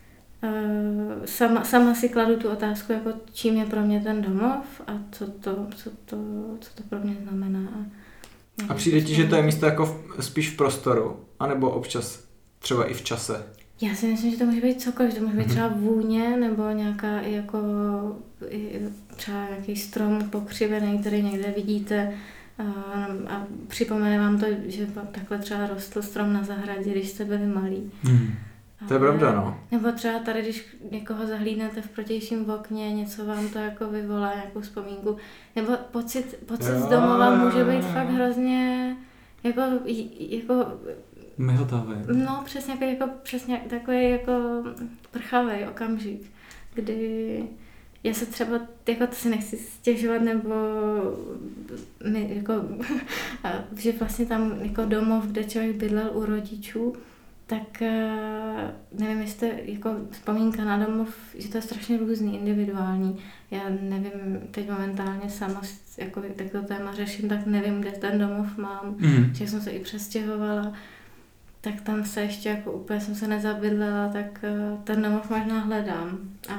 sama, sama si kladu tu otázku, jako čím je pro mě ten domov a co to, co to, co to pro mě znamená. A, a přijde ti, že to je místo jako v, spíš v prostoru, anebo občas třeba i v čase? Já si myslím, že to může být cokoliv, to může být třeba vůně, nebo nějaká i jako i třeba nějaký strom pokřivený, který někde vidíte a, a připomene vám to, že takhle třeba rostl strom na zahradě, když jste byli malí. Hmm. To je pravda, no. Nebo třeba tady, když někoho zahlídnete v protějším okně, něco vám to jako vyvolá, nějakou vzpomínku. Nebo pocit, pocit z domova může být fakt hrozně jako, jako mihotavý. No, přesně, jako, přesně takový jako prchavý okamžik, kdy já se třeba, jako to si nechci stěžovat, nebo my, jako, že vlastně tam jako domov, kde člověk bydlel u rodičů, tak nevím, jestli jako vzpomínka na domov, že to je strašně různý, individuální. Já nevím, teď momentálně sama jako, tak to téma řeším, tak nevím, kde ten domov mám, mm. že jsem se i přestěhovala. Tak tam se ještě jako úplně jsem se nezabydlela, tak ten domov možná hledám. A,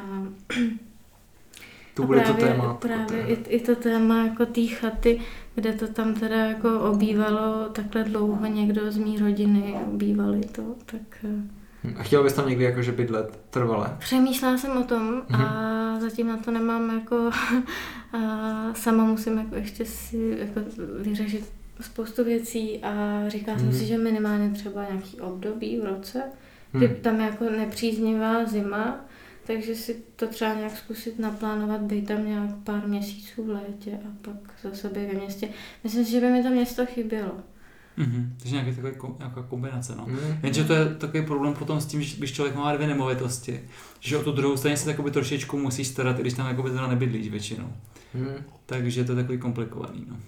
to a bude právě, to téma. Právě i, i to téma jako té chaty, kde to tam teda jako obývalo takhle dlouho někdo z mý rodiny, obývali to, tak... A chtěla bys tam někdy jakože bydlet trvale? Přemýšlela jsem o tom a mhm. zatím na to nemám jako... A sama musím jako ještě si jako vyřešit spoustu věcí a říkala jsem mm. si, že minimálně třeba nějaký období v roce, kdy mm. tam je jako nepříznivá zima, takže si to třeba nějak zkusit naplánovat, být tam nějak pár měsíců v létě a pak zase být ve městě. Myslím si, že by mi to město chybělo. Mm-hmm. Takže nějaký takový nějaká kombinace, no. Mm-hmm. Jenže to je takový problém potom s tím, že když člověk má dvě nemovitosti, že o tu druhou straně se takoby trošičku musí starat, i když tam jakoby teda nebydlíš většinou. Mm. Takže to je takový komplikovaný, no.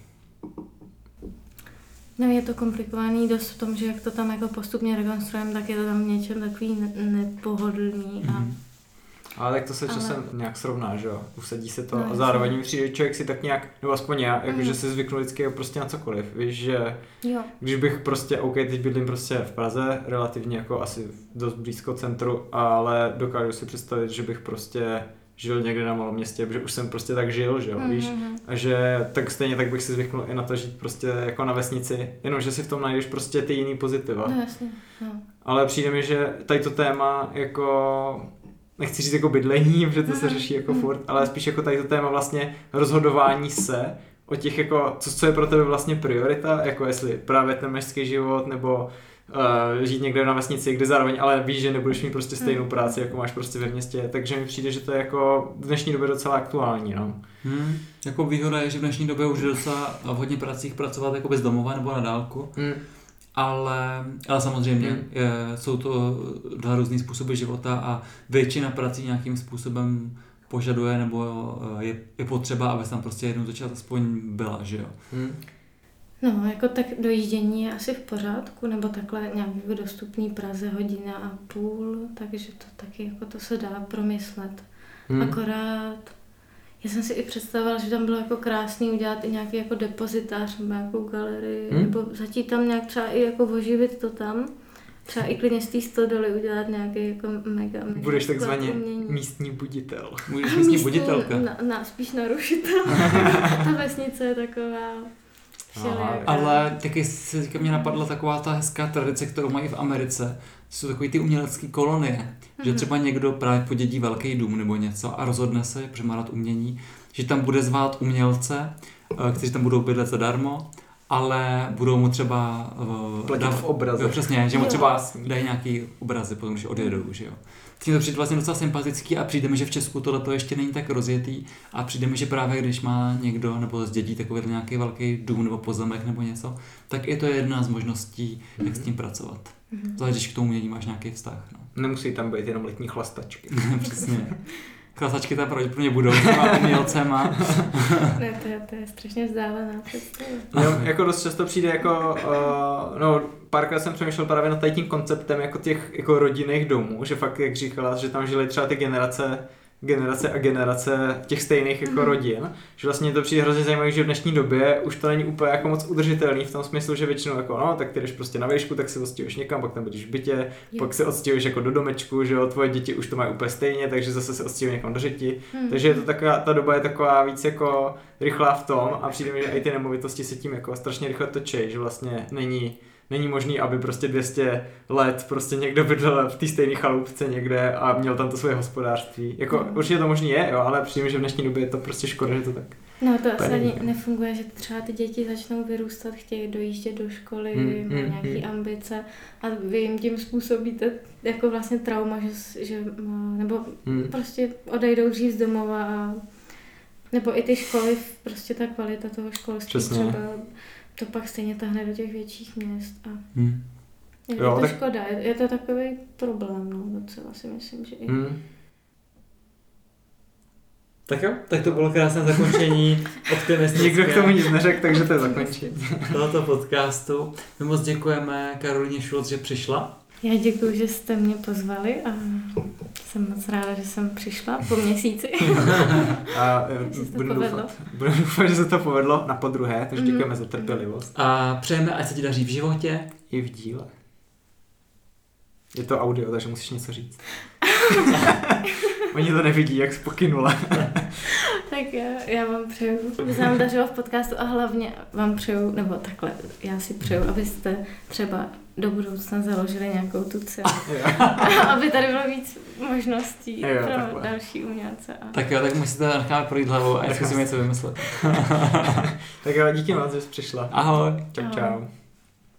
No, je to komplikovaný dost v tom, že jak to tam jako postupně rekonstruujeme, tak je to tam něčem takový ne- nepohodlný. A... Mm-hmm. Ale tak to se časem ale... nějak srovná, že jo? Usadí se to no, a zároveň přijde člověk si tak nějak, nebo aspoň já, mm. jakože si zvyknu vždycky prostě na cokoliv, víš, že jo. Když bych prostě, OK, teď bydlím prostě v Praze, relativně jako asi dost blízko centru, ale dokážu si představit, že bych prostě žil někde na malém městě, protože už jsem prostě tak žil, že jo, mm-hmm. víš, a že tak stejně tak bych si zvyknul i na to žít prostě jako na vesnici, jenom že si v tom najdeš prostě ty jiný pozitiva. No, jasně, no. Ale přijde mi, že tady to téma jako, nechci říct jako bydlení, protože to mm-hmm. se řeší jako mm-hmm. furt, ale spíš jako tady to téma vlastně rozhodování se o těch jako, co, co je pro tebe vlastně priorita, jako jestli právě ten městský život, nebo Uh, žít někde na vesnici, kde zároveň ale víš, že nebudeš mít prostě stejnou práci, jako máš prostě ve městě, takže mi přijde, že to je jako v dnešní době docela aktuální, no. Hmm. Jako výhoda je, že v dnešní době už je docela v hodně pracích pracovat jako bez domova nebo na dálku, hmm. ale, ale samozřejmě hmm. je, jsou to dva různý způsoby života a většina prací nějakým způsobem požaduje nebo je, je potřeba, aby tam prostě jednou za čas aspoň byla, že jo. Hmm. No, jako tak dojíždění je asi v pořádku, nebo takhle nějak dostupný Praze hodina a půl, takže to taky jako to se dá promyslet. Hmm. Akorát, já jsem si i představovala, že tam bylo jako krásný udělat i nějaký jako depozitář nebo nějakou galerii, hmm. nebo začít tam nějak třeba i jako oživit to tam. Třeba i klidně z té stodoly udělat nějaký jako mega, mega budeš takzvaně místní buditel. Budeš místní, místní buditelka. Na, na, spíš narušitel. Ta vesnice je taková... Aha, ale taky se teďka mě napadla taková ta hezká tradice, kterou mají v Americe. Jsou takový ty umělecké kolonie, mm-hmm. že třeba někdo právě podědí velký dům nebo něco a rozhodne se, protože má rád umění, že tam bude zvát umělce, kteří tam budou bydlet zadarmo, ale budou mu třeba platit v obraze. Jo, přesně, že mu třeba dají nějaký obrazy, potom když odjedou, že jo. Tím to přijde vlastně docela sympatický a přijde mi, že v Česku tohleto ještě není tak rozjetý a přijde mi, že právě když má někdo nebo z dětí takový nějaký velký dům nebo pozemek nebo něco, tak je to jedna z možností, mm-hmm. jak s tím pracovat. Mm-hmm. Zvlášť, když k tomu umění máš nějaký vztah. No. Nemusí tam být jenom letní chlastačky. Přesně. Klasačky tam pravděpodobně budou s těma umělcema. Ne, to je, to je strašně vzdálená představa. No, jako dost často přijde jako, uh, no párkrát jsem přemýšlel právě nad tím konceptem jako těch jako rodinných domů, že fakt, jak říkala, že tam žili třeba ty generace generace a generace těch stejných jako mm. rodin, že vlastně to přijde hrozně zajímavé, že v dnešní době už to není úplně jako moc udržitelný v tom smyslu, že většinou jako no, tak ty jdeš prostě na výšku, tak se odstěhuješ někam, pak tam budeš v bytě, je. Pak se odstěhuješ jako do domečku, že jo, tvoje děti už to mají úplně stejně, takže zase se odstěhují někam do řiti, mm. takže je to taková, ta doba je taková víc jako rychlá v tom a přijde mi, že i ty nemovitosti se tím jako strašně rychle točí, že vlastně není Není možný, aby prostě dvě stě let prostě někdo bydlel v té stejné chalupce někde a měl tam to svoje hospodářství. Jako no. Určitě to možný je, jo, ale přijím, že v dnešní době je to prostě škoda, že to tak. No to asi ani nefunguje, že třeba ty děti začnou vyrůstat, chtějí dojíždět do školy, hmm, mají hmm, nějaké hmm. ambice a vy jim tím způsobíte jako vlastně trauma, že, že nebo hmm. prostě odejdou dřív z domova a nebo i ty školy, prostě ta kvalita toho školství Přesně. třeba to pak stejně tahne do těch větších měst a hmm. je jo, to tak... škoda, je, je to takový problém, no, docela si myslím, že i... Hmm. Tak jo, tak to bylo krásné zakončení optimistické. Nikdo k tomu nic neřekl, takže to je zakončení tohoto podcastu. My moc děkujeme Karolíně Šulc, že přišla. Já děkuju, že jste mě pozvali a jsem moc ráda, že jsem přišla po měsíci. A budu doufat, budu doufat, že se to povedlo na podruhé, takže děkujeme mm. za trpělivost. A přejeme, ať se ti daří v životě i v díle. Je to audio, takže musíš něco říct. Oni to nevidí, jak spokynula. Tak já, já vám přeju, aby se vám dařilo v podcastu a hlavně vám přeju, nebo takhle, já si přeju, abyste třeba do budoucna založili nějakou tu dceru. Aby tady bylo víc možností jo, pro takhle. Další umělce. A... Tak jo, tak musíte necháme projít hlavou a já zkusím něco vymyslet. Tak jo, díky moc, že jsi přišla. Ahoj. Čau, čau.